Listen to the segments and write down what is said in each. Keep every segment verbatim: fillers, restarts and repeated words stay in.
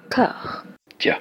Encore. Tiens.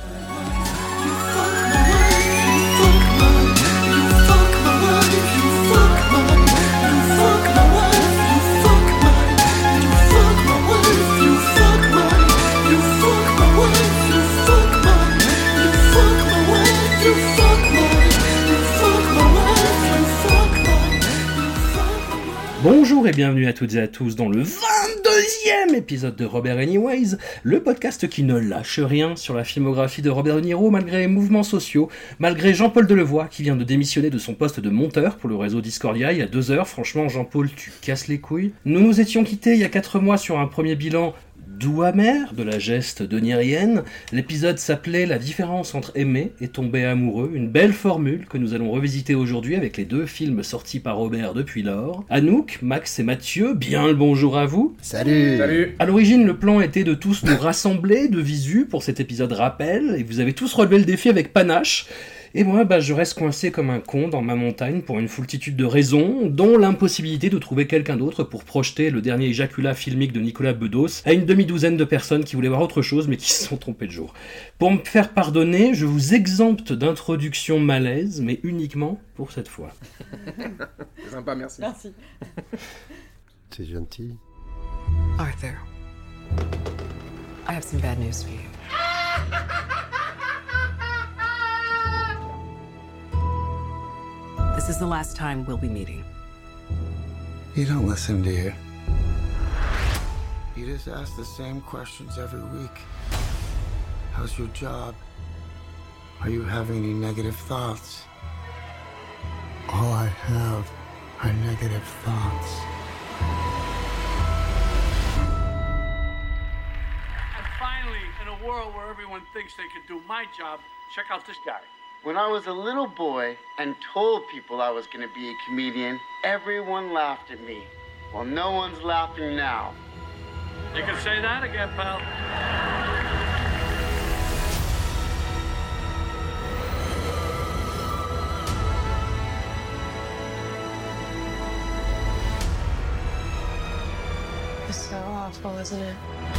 Bonjour et bienvenue à toutes et à tous dans le vingt-deuxième épisode de Robert Anyways, le podcast qui ne lâche rien sur la filmographie de Robert De Niro malgré les mouvements sociaux, malgré Jean-Paul Delevoye qui vient de démissionner de son poste de monteur pour le réseau Discordia il y a deux heures. Franchement, Jean-Paul, tu casses les couilles. Nous nous étions quittés il y a quatre mois sur un premier bilan doux amer de la geste donirienne. L'épisode s'appelait La différence entre aimer et tomber amoureux, une belle formule que nous allons revisiter aujourd'hui avec les deux films sortis par Robert depuis lors. Anouk, Max et Mathieu, bien le bonjour à vous. Salut. Salut. À l'origine, le plan était de tous nous rassembler de visu pour cet épisode rappel, et vous avez tous relevé le défi avec panache. Et moi, bah, je reste coincé comme un con dans ma montagne pour une foultitude de raisons, dont l'impossibilité de trouver quelqu'un d'autre pour projeter le dernier éjaculat filmique de Nicolas Bedos à une demi-douzaine de personnes qui voulaient voir autre chose mais qui se sont trompées de jour. Pour me faire pardonner, je vous exempte d'introduction malaise, mais uniquement pour cette fois. C'est sympa, merci. Merci. C'est gentil. Arthur, I have some bad news for you. This is the last time we'll be meeting. You don't listen, do you? You just ask the same questions every week. How's your job? Are you having any negative thoughts? All I have are negative thoughts. And finally, in a world where everyone thinks they can do my job, check out this guy. When I was a little boy and told people I was going to be a comedian, everyone laughed at me. Well, no one's laughing now. You can say that again, pal. It's so awful, isn't it?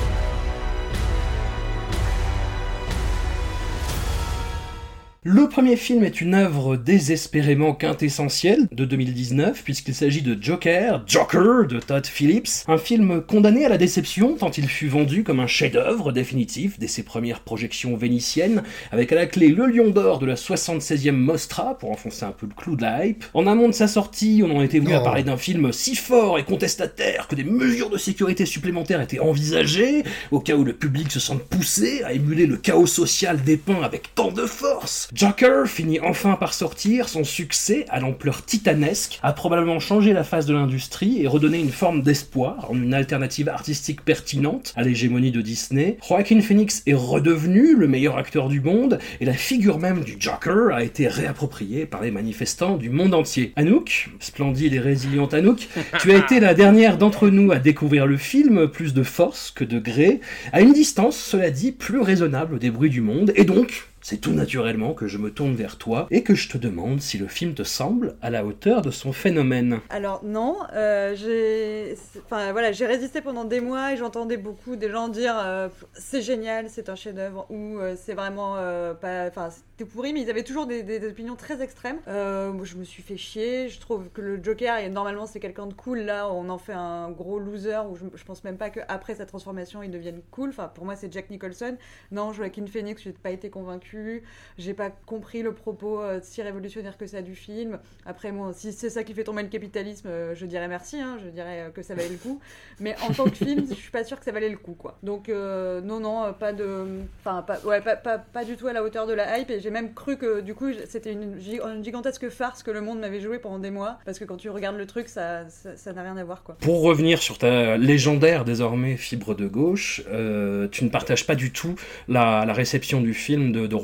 Le premier film est une œuvre désespérément quintessentielle de deux mille dix-neuf, puisqu'il s'agit de Joker, Joker de Todd Phillips, un film condamné à la déception tant il fut vendu comme un chef-d'œuvre définitif dès ses premières projections vénitiennes, avec à la clé le Lion d'Or de la soixante-seizième Mostra pour enfoncer un peu le clou de la hype. En amont de sa sortie, on en était venu Oh. à parler d'un film si fort et contestataire que des mesures de sécurité supplémentaires étaient envisagées, au cas où le public se sente poussé à émuler le chaos social dépeint avec tant de force. Joker finit enfin par sortir, son succès, à l'ampleur titanesque, a probablement changé la face de l'industrie et redonné une forme d'espoir en une alternative artistique pertinente à l'hégémonie de Disney. Joaquin Phoenix est redevenu le meilleur acteur du monde et la figure même du Joker a été réappropriée par les manifestants du monde entier. Anouk, splendide et résiliente Anouk, tu as été la dernière d'entre nous à découvrir le film, plus de force que de gré, à une distance, cela dit, plus raisonnable des bruits du monde, et donc c'est tout naturellement que je me tourne vers toi et que je te demande si le film te semble à la hauteur de son phénomène. Alors non, euh, j'ai, enfin voilà, j'ai résisté pendant des mois et j'entendais beaucoup des gens dire euh, c'est génial, c'est un chef-d'œuvre ou euh, c'est vraiment euh, pas, enfin c'était pourri, mais ils avaient toujours des, des, des opinions très extrêmes. Euh, moi, je me suis fait chier. Je trouve que le Joker, et normalement c'est quelqu'un de cool. Là, on en fait un gros loser où je, je pense même pas qu'après sa transformation il devienne cool. Enfin pour moi c'est Jack Nicholson. Non, Joaquin Phoenix, j'ai pas été convaincue. J'ai pas compris le propos euh, si révolutionnaire que ça du film. Après, bon, si c'est ça qui fait tomber le capitalisme, euh, je dirais merci, hein, je dirais euh, que ça valait le coup. Mais en tant que film, je suis pas sûre que ça valait le coup, quoi. Donc, euh, non, non, euh, pas de. Enfin, pas, ouais, pas, pas, pas du tout à la hauteur de la hype. Et j'ai même cru que, du coup, c'était une, une gigantesque farce que le monde m'avait joué pendant des mois. Parce que quand tu regardes le truc, ça, ça, ça n'a rien à voir, quoi. Pour revenir sur ta légendaire, désormais, fibre de gauche, euh, tu ne partages pas du tout la, la réception du film de, de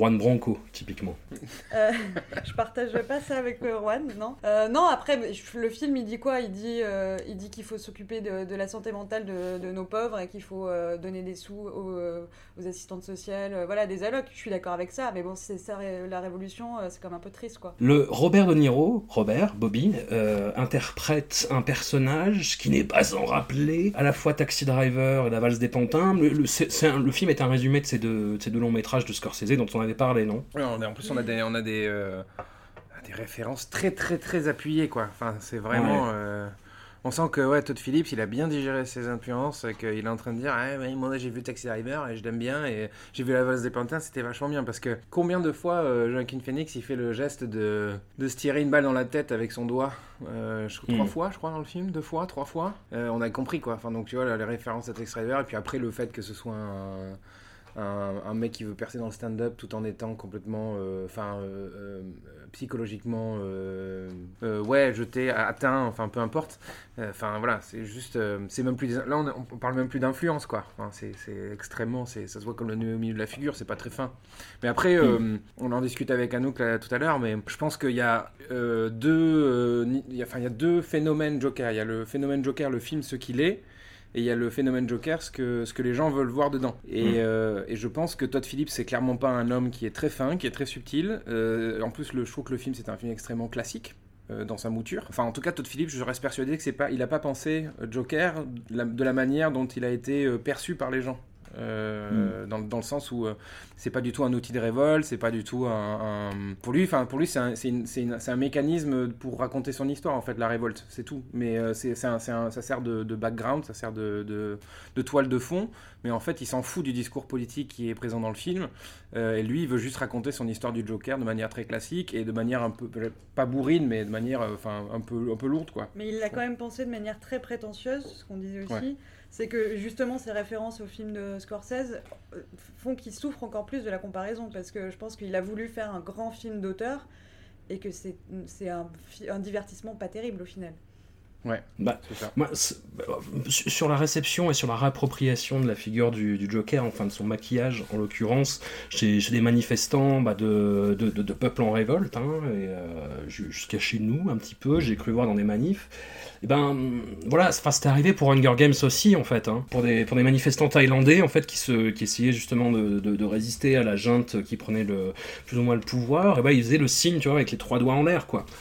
Juan Branco, typiquement. Euh, je partage pas ça avec euh, Juan, non. Euh, non, après, le film, il dit quoi ? Il dit, euh, il dit qu'il faut s'occuper de, de la santé mentale de, de nos pauvres et qu'il faut euh, donner des sous aux, euh, aux assistantes sociales, euh, voilà, des allocs. Je suis d'accord avec ça, mais bon, c'est ça, la révolution, euh, c'est quand même un peu triste, quoi. Le Robert De Niro, Robert, Bobby, euh, interprète un personnage qui n'est pas sans rappeler à la fois Taxi Driver et La Valse des Pantins. Le, le, c'est, c'est un, le film est un résumé de ces deux, de ces deux longs métrages de Scorsese dont on avait parlé, non ? Ouais, on a, en plus, on a des, on a des, euh, des références très, très, très appuyées, quoi. Enfin, c'est vraiment... Ouais. Euh, on sent que ouais, Todd Phillips, il a bien digéré ses influences, qu'il est en train de dire ah, « moi, j'ai vu Taxi Driver et je l'aime bien, et j'ai vu La Valse des Pantins, c'était vachement bien. » Parce que combien de fois euh, Joaquin Phoenix, il fait le geste de, de se tirer une balle dans la tête avec son doigt euh, je, Trois mm. fois, je crois, dans le film. Deux fois, trois fois. Euh, on a compris, quoi. Enfin, donc, tu vois, là, les références à Taxi Driver, et puis après, le fait que ce soit un... Un, un mec qui veut percer dans le stand-up tout en étant complètement enfin euh, euh, psychologiquement euh, euh, ouais jeté atteint, enfin peu importe, enfin euh, voilà, c'est juste euh, c'est même plus des, là on, on parle même plus d'influence, quoi. Enfin, c'est, c'est extrêmement, c'est, ça se voit comme le nœud au milieu de la figure, c'est pas très fin, mais après euh, mm. on en discute avec Anouk là, tout à l'heure, mais je pense qu'il y a euh, deux euh, il y a, enfin il y a deux phénomènes Joker. Il y a le phénomène Joker, le film ce qu'il est, et il y a le phénomène Joker, ce que, ce que les gens veulent voir dedans. Et, mmh. euh, et je pense que Todd Phillips, c'est clairement pas un homme qui est très fin, qui est très subtil. Euh, en plus, le, je trouve que le film, c'est un film extrêmement classique euh, dans sa mouture. Enfin, en tout cas, Todd Phillips, je reste persuadé que c'est pas, il a pas pensé Joker de la, de la manière dont il a été euh, perçu par les gens. Euh, mmh. dans, dans le sens où euh, c'est pas du tout un outil de révolte, c'est pas du tout un, un... pour lui, enfin pour lui c'est un, c'est, une, c'est, une, c'est un mécanisme pour raconter son histoire, en fait, la révolte, c'est tout. Mais euh, c'est, c'est un, c'est un, ça sert de, de background, ça sert de, de, de toile de fond. Mais en fait, il s'en fout du discours politique qui est présent dans le film. Euh, et lui, il veut juste raconter son histoire du Joker de manière très classique et de manière un peu, pas bourrine, mais de manière, enfin, un peu, un peu lourde, quoi. Mais il l'a quand même pensé de manière très prétentieuse, ce qu'on disait aussi. Ouais. C'est que justement ces références au film de Scorsese font qu'il souffre encore plus de la comparaison, parce que je pense qu'il a voulu faire un grand film d'auteur et que c'est, c'est un, un divertissement pas terrible au final. Ouais, bah, c'est ça. Moi, c'est, bah, sur la réception et sur la réappropriation de la figure du, du Joker, enfin de son maquillage en l'occurrence, j'ai, j'ai des manifestants bah, de, de, de, de peuple en révolte, hein, et, euh, jusqu'à chez nous un petit peu, j'ai cru voir dans des manifs. Et ben voilà, c'était arrivé pour Hunger Games aussi, en fait, hein, pour des pour des manifestants thaïlandais en fait qui se qui essayaient justement de, de, de résister à la junte qui prenait le plus ou moins le pouvoir. Et ben ils faisaient le signe, tu vois, avec les trois doigts en l'air, quoi.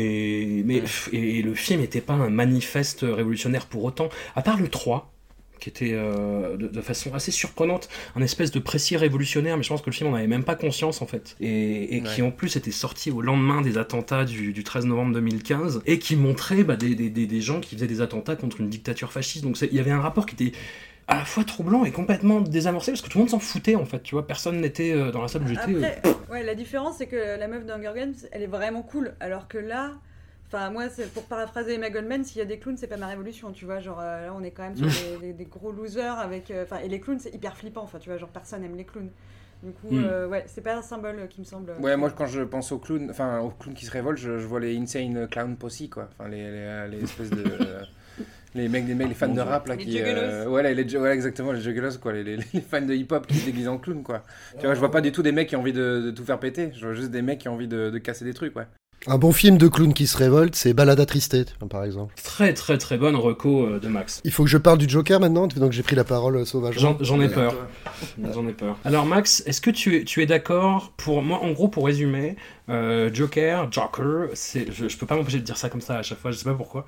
Et mais et, et le film n'était pas un manifeste révolutionnaire pour autant, à part le trois. Qui était euh, de, de façon assez surprenante, un espèce de précis révolutionnaire, mais je pense que le film n'en avait même pas conscience, en fait, et, et ouais. qui en plus était sorti au lendemain des attentats du, du treize novembre deux mille quinze, et qui montrait bah, des, des, des gens qui faisaient des attentats contre une dictature fasciste. Donc il y avait un rapport qui était à la fois troublant et complètement désamorcé, parce que tout le monde s'en foutait, en fait, tu vois, personne n'était euh, dans la salle où j'étais. Après, euh... ouais, la différence, c'est que la meuf d'Hunger Games, elle est vraiment cool, alors que là... Enfin, moi, c'est pour paraphraser Emma Goldman, s'il y a des clowns, c'est pas ma révolution, tu vois. Genre, euh, là, on est quand même sur des, des, des gros losers avec... Enfin, euh, et les clowns, c'est hyper flippant. Enfin, tu vois, genre, personne aime les clowns. Du coup, mm. euh, ouais, c'est pas un symbole qui me semble... Ouais, moi, quand je pense aux clowns, enfin, aux clowns qui se révoltent, je, je vois les Insane Clown Posse, quoi. Enfin, les, les, les espèces de... euh, les mecs, les mecs, les fans bon, de rap, là, les qui... Euh, ouais, les, les, ouais, exactement, les juggalos, quoi. Les, les, les fans de hip-hop qui se déguisent en clown, quoi. Tu vois, je vois pas du tout des mecs qui ont envie de, de tout faire péter. Je vois juste des mecs qui ont envie de, de casser des trucs, ouais. Un bon film de clown qui se révolte, c'est Balade à Tristesse, par exemple. Très très très bonne reco euh, de Max. Il faut que je parle du Joker maintenant, donc j'ai pris la parole euh, sauvagement. J'en, j'en ai peur. J'en ai peur. Alors Max, est-ce que tu es, tu es d'accord pour moi, en gros, pour résumer, euh, Joker, Joker, c'est, je, je peux pas m'empêcher de dire ça comme ça à chaque fois, je sais pas pourquoi.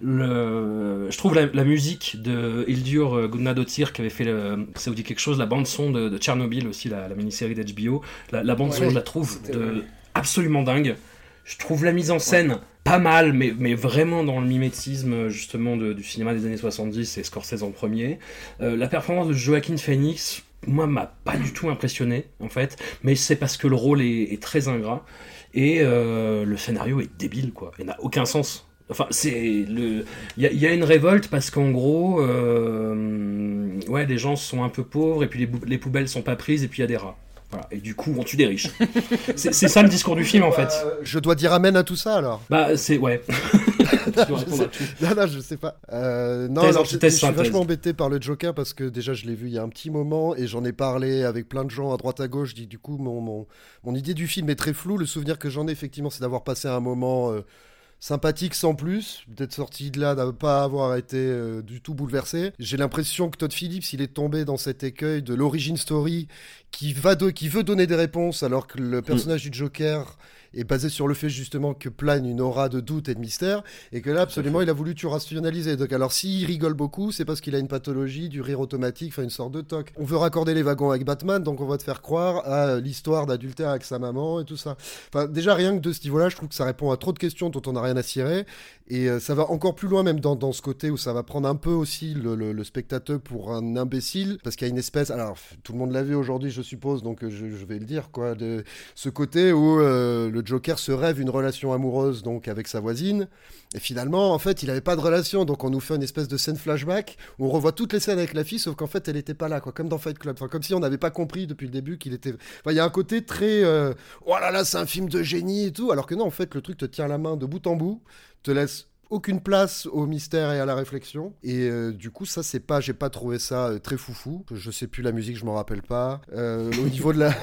Le, je trouve la, la musique de Hildur Guðnadóttir qui avait fait, le, ça vous dit quelque chose, la bande son de, de Tchernobyl aussi, la, la mini-série d'H B O. La, la bande ouais, son, oui, je la trouve de, absolument dingue. Je trouve la mise en scène ouais. pas mal, mais, mais vraiment dans le mimétisme justement de, du cinéma des années soixante-dix, et Scorsese en premier. Euh, la performance de Joaquin Phoenix, moi, m'a pas du tout impressionné, en fait, mais c'est parce que le rôle est, est très ingrat, et euh, le scénario est débile, quoi, et n'a aucun sens. Enfin, c'est le, il y, y a une révolte parce qu'en gros, euh, ouais, les gens sont un peu pauvres, et puis les, bou- les poubelles sont pas prises, et puis il y a des rats. Voilà. Et du coup, on tue des riches. c'est, c'est ça le discours du film, en fait. Euh, je dois dire amen à tout ça, alors. Bah, c'est... Ouais. Tu dois répondre à tout. Non, non, je sais pas. Euh, non, Thèse, alors, je, antithèse, je suis synthèse. vachement embêté par le Joker parce que déjà je l'ai vu il y a un petit moment et j'en ai parlé avec plein de gens à droite à gauche. Du coup, mon, mon, mon idée du film est très floue. Le souvenir que j'en ai effectivement, c'est d'avoir passé un moment euh, sympathique sans plus, d'être sorti de là, de pas avoir été euh, du tout bouleversé. J'ai l'impression que Todd Phillips, il est tombé dans cet écueil de l'origin story qui, va do- qui veut donner des réponses alors que le personnage mm. du Joker est basé sur le fait justement que plane une aura de doute et de mystère, et que là absolument il a voulu tout rationaliser. Donc alors s'il rigole beaucoup, c'est parce qu'il a une pathologie du rire automatique, enfin une sorte de toc. On veut raccorder les wagons avec Batman, donc on va te faire croire à l'histoire d'adultère avec sa maman et tout ça. Enfin déjà rien que de ce niveau-là, je trouve que ça répond à trop de questions dont on n'a rien à cirer, et euh, ça va encore plus loin même dans, dans ce côté où ça va prendre un peu aussi le, le, le spectateur pour un imbécile, parce qu'il y a une espèce, alors tout le monde l'a vu aujourd'hui je suppose, donc euh, je, je vais le dire quoi, de ce côté où euh, le Joker se rêve une relation amoureuse donc avec sa voisine, et finalement en fait il avait pas de relation, donc on nous fait une espèce de scène flashback où on revoit toutes les scènes avec la fille, sauf qu'en fait elle était pas là quoi, comme dans Fight Club, enfin, comme si on n'avait pas compris depuis le début qu'il était, enfin il y a un côté très euh... oh là là c'est un film de génie et tout, alors que non en fait le truc te tient la main de bout en bout, te laisse aucune place au mystère et à la réflexion, et euh, du coup ça c'est pas, j'ai pas trouvé ça euh, très foufou. Je sais plus la musique, je m'en rappelle pas. Euh, au niveau de la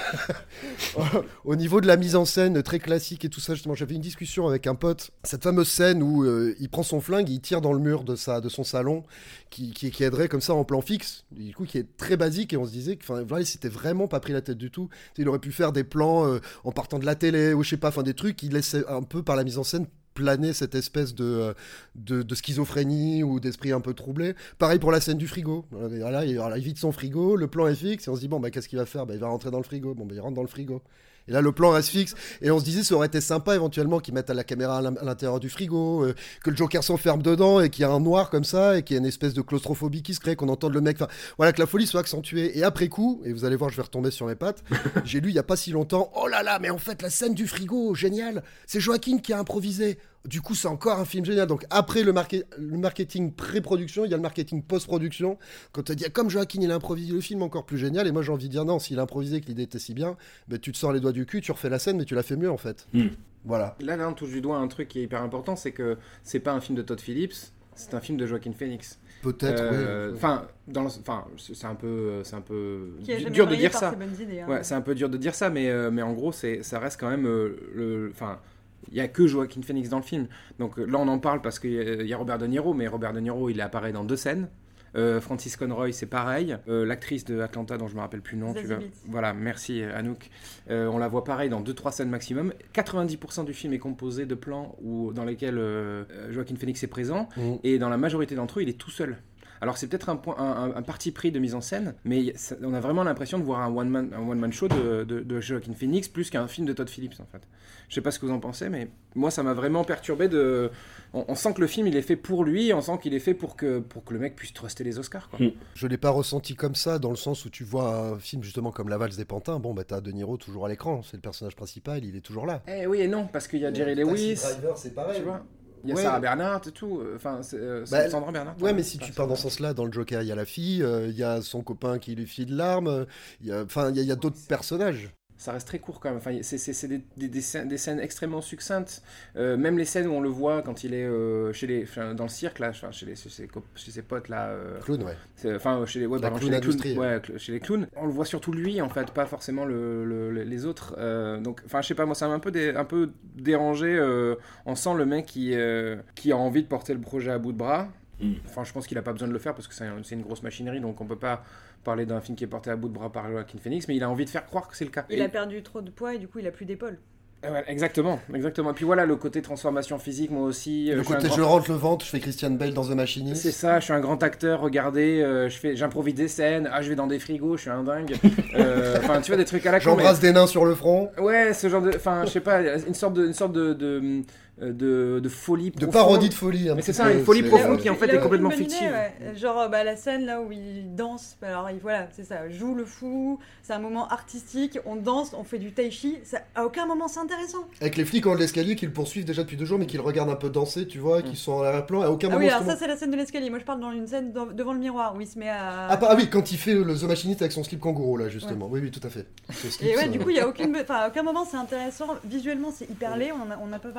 au niveau de la mise en scène très classique et tout ça, justement j'avais une discussion avec un pote, cette fameuse scène où euh, il prend son flingue, il tire dans le mur de sa de son salon, qui qui, qui aiderait comme ça en plan fixe, du coup qui est très basique, et on se disait que enfin voilà, il s'était vraiment pas pris la tête du tout. Il aurait pu faire des plans euh, en partant de la télé ou je sais pas, enfin des trucs qui laissaient un peu par la mise en scène planer cette espèce de, de, de schizophrénie ou d'esprit un peu troublé. Pareil pour la scène du frigo. Voilà, il, il vide son frigo, le plan est fixe, et on se dit, bon, bah, qu'est-ce qu'il va faire? Bah, il va rentrer dans le frigo. Bon, bah, il rentre dans le frigo. Et là, le plan reste fixe. Et on se disait, ça aurait été sympa éventuellement qu'ils mettent la caméra à l'intérieur du frigo, euh, que le Joker s'enferme dedans et qu'il y a un noir comme ça, et qu'il y a une espèce de claustrophobie qui se crée, qu'on entende le mec. Enfin, voilà, que la folie soit accentuée. Et après coup, et vous allez voir, je vais retomber sur mes pattes, j'ai lu il y a pas si longtemps, oh là là, mais en fait, la scène du frigo, génial, c'est Joaquin qui a improvisé. Du coup, c'est encore un film génial. Donc, après le, market- le marketing pré-production, il y a le marketing post-production. Quand tu dis, comme Joaquin, il a improvisé le film, encore plus génial. Et moi, j'ai envie de dire, non, s'il a improvisé, que l'idée était si bien, ben, tu te sors les doigts du cul, tu refais la scène, mais tu la fais mieux, en fait. Mm. Voilà. Là, là, on touche du doigt un truc qui est hyper important, c'est que c'est pas un film de Todd Phillips, c'est un film de Joaquin Phoenix. Peut-être, euh, oui. Enfin, enfin, c'est un peu, c'est un peu du, dur de dire ça. Idées, hein. Ouais, c'est un peu dur de dire ça, mais euh, mais en gros, c'est, ça reste quand même euh, le, enfin. Il n'y a que Joaquin Phoenix dans le film. Donc là, on en parle parce qu'il y a Robert De Niro, mais Robert De Niro, il apparaît dans deux scènes. Euh, Francis Conroy, c'est pareil. Euh, l'actrice de Atlanta, dont je ne me rappelle plus le nom, tu vas... Voilà, merci Anouk. Euh, on la voit pareil dans deux trois scènes maximum. quatre-vingt-dix pour cent du film est composé de plans où, dans lesquels euh, Joaquin Phoenix est présent. Mmh. Et dans la majorité d'entre eux, il est tout seul. Alors c'est peut-être un, point, un, un, un parti pris de mise en scène, mais ça, on a vraiment l'impression de voir un one-man, un one-man show de, de, de Joaquin Phoenix plus qu'un film de Todd Phillips en fait. Je sais pas ce que vous en pensez, mais moi ça m'a vraiment perturbé de... On, on sent que le film il est fait pour lui, on sent qu'il est fait pour que, pour que le mec puisse truster les Oscars quoi. Je l'ai pas ressenti comme ça, dans le sens où tu vois un film justement comme La Valse des Pantins, bon bah t'as De Niro toujours à l'écran, c'est le personnage principal, il est toujours là. Eh oui et non, parce qu'il y a Jerry Lewis, Taxi Driver, c'est pareil. Tu vois, il y a ouais. Sarah Bernhardt et tout, enfin c'est, euh, bah, Sandra Bernhardt. Ouais, mais si tu pars dans ce sens-là, dans le Joker, il y a la fille, euh, il y a son copain qui lui file l'arme, il y a, enfin il y a, il y a d'autres personnages. Ça reste très court quand même. Enfin, c'est, c'est, c'est des, des, des, scènes, des scènes extrêmement succinctes. Euh, même les scènes où on le voit quand il est euh, chez les, enfin, dans le cirque, là, enfin, chez, les, chez, ses, chez ses potes. Là, euh, clown, ouais. C'est, enfin, chez les, ouais, la pardon, clown chez, les industrie, clowns, ouais, chez les clowns. On le voit surtout lui, en fait, pas forcément le, le, le, les autres. Euh, donc, enfin, je sais pas, moi, ça m'a un peu, dé, un peu dérangé. Euh, on sent le mec qui, euh, qui a envie de porter le projet à bout de bras. Enfin, je pense qu'il n'a pas besoin de le faire parce que c'est, un, c'est une grosse machinerie, donc on peut pas parler d'un film qui est porté à bout de bras par Joaquin Phoenix, mais il a envie de faire croire que c'est le cas. Il et... a perdu trop de poids et du coup il a plus d'épaule. Ouais, exactement, exactement. Et puis voilà, le côté transformation physique, moi aussi. Le je côté grand... je rentre le ventre, je fais Christian Bale dans The Machinist. C'est ça, je suis un grand acteur, regardez, euh, je fais, j'improvise des scènes, ah je vais dans des frigos, je suis un dingue. Enfin, euh, tu vois, des trucs à la con. J'embrasse mais... des nains sur le front. Ouais, ce genre de... Enfin, je sais pas, une sorte de... Une sorte de, de... De, de folie profonde. De parodie de folie. Mais c'est ça, une folie profonde qui en fait est complètement fictive. Idée, ouais. Genre bah, la scène là où il danse, alors il, voilà, c'est ça, joue le fou, c'est un moment artistique, on danse, on fait du tai chi, ça, à aucun moment c'est intéressant. Avec les flics en haut de l'escalier qui le poursuivent déjà depuis deux jours mais qui le regardent un peu danser, tu vois, mm. qui sont en arrière-plan, à aucun ah moment... Ah oui, alors ça c'est la scène de l'escalier, moi je parle dans une scène dans, devant le miroir où il se met à... Ah, ah oui, quand il fait le The Machinist avec son slip kangourou là justement, ouais. oui oui tout à fait. Slip, et ouais, du coup il y a aucune... Enfin, à aucun moment c'est intéressant, visuellement c'est hyper laid, on n'a on a pas parlé de ça. Ouais,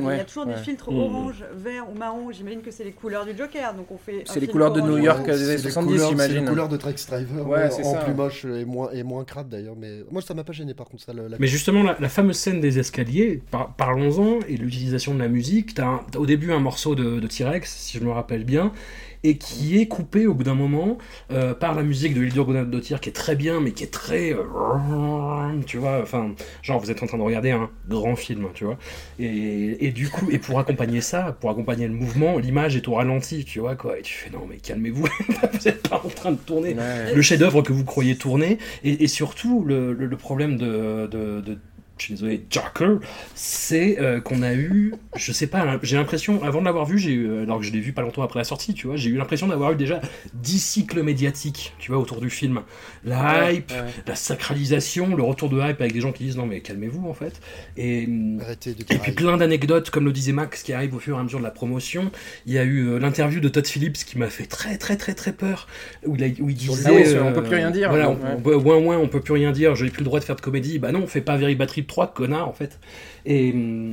y a Ouais, toujours ouais. des filtres Mmh. orange, vert ou marron. J'imagine que c'est les couleurs du Joker, donc on fait. un C'est les film couleurs de orange. New York Ouais, des années c'est les soixante-dix, couleurs- j'imagine. C'est les couleurs de Taxi Driver, Ouais, ouais, c'est en ça. plus moche et moins, et moins crade d'ailleurs. Mais moi, ça m'a pas gêné par contre. Ça, le- la... Mais justement, la, la fameuse scène des escaliers, par- parlons-en, et l'utilisation de la musique. T'as, un- t'as au début un morceau de, de T-Rex, si je me rappelle bien, et qui est coupé au bout d'un moment euh, par la musique de Hildur Guðnadóttir, qui est très bien, mais qui est très... euh, tu vois, enfin, genre vous êtes en train de regarder un grand film, tu vois. Et, et du coup, et pour accompagner ça, pour accompagner le mouvement, l'image est au ralenti, tu vois, quoi. Et tu fais, non mais calmez-vous, vous êtes pas en train de tourner Ouais. le chef-d'œuvre que vous croyez tourner. Et, et surtout, le, le, le problème de... de, de je suis désolé, Joker, c'est euh, qu'on a eu, je sais pas, j'ai l'impression, avant de l'avoir vu, j'ai eu, alors que je l'ai vu pas longtemps après la sortie, tu vois, j'ai eu l'impression d'avoir eu déjà dix cycles médiatiques, tu vois, autour du film. La Ouais, hype, ouais. la sacralisation, le retour de hype avec des gens qui disent non mais calmez-vous en fait. Et, Arrêtez de et dire puis aïe. plein d'anecdotes, comme le disait Max, qui arrivent au fur et à mesure de la promotion. Il y a eu euh, l'interview de Todd Phillips qui m'a fait très très très très peur, où il, a, où il disait... Ah oui, sur on peut plus rien dire. Voilà, Ouais. on, on peut, ouin, ouin, on peut plus rien dire, j'ai plus le droit de faire de comédie. Bah non, on fait pas Very Bad Trip trois, connard, en fait. Et... hum,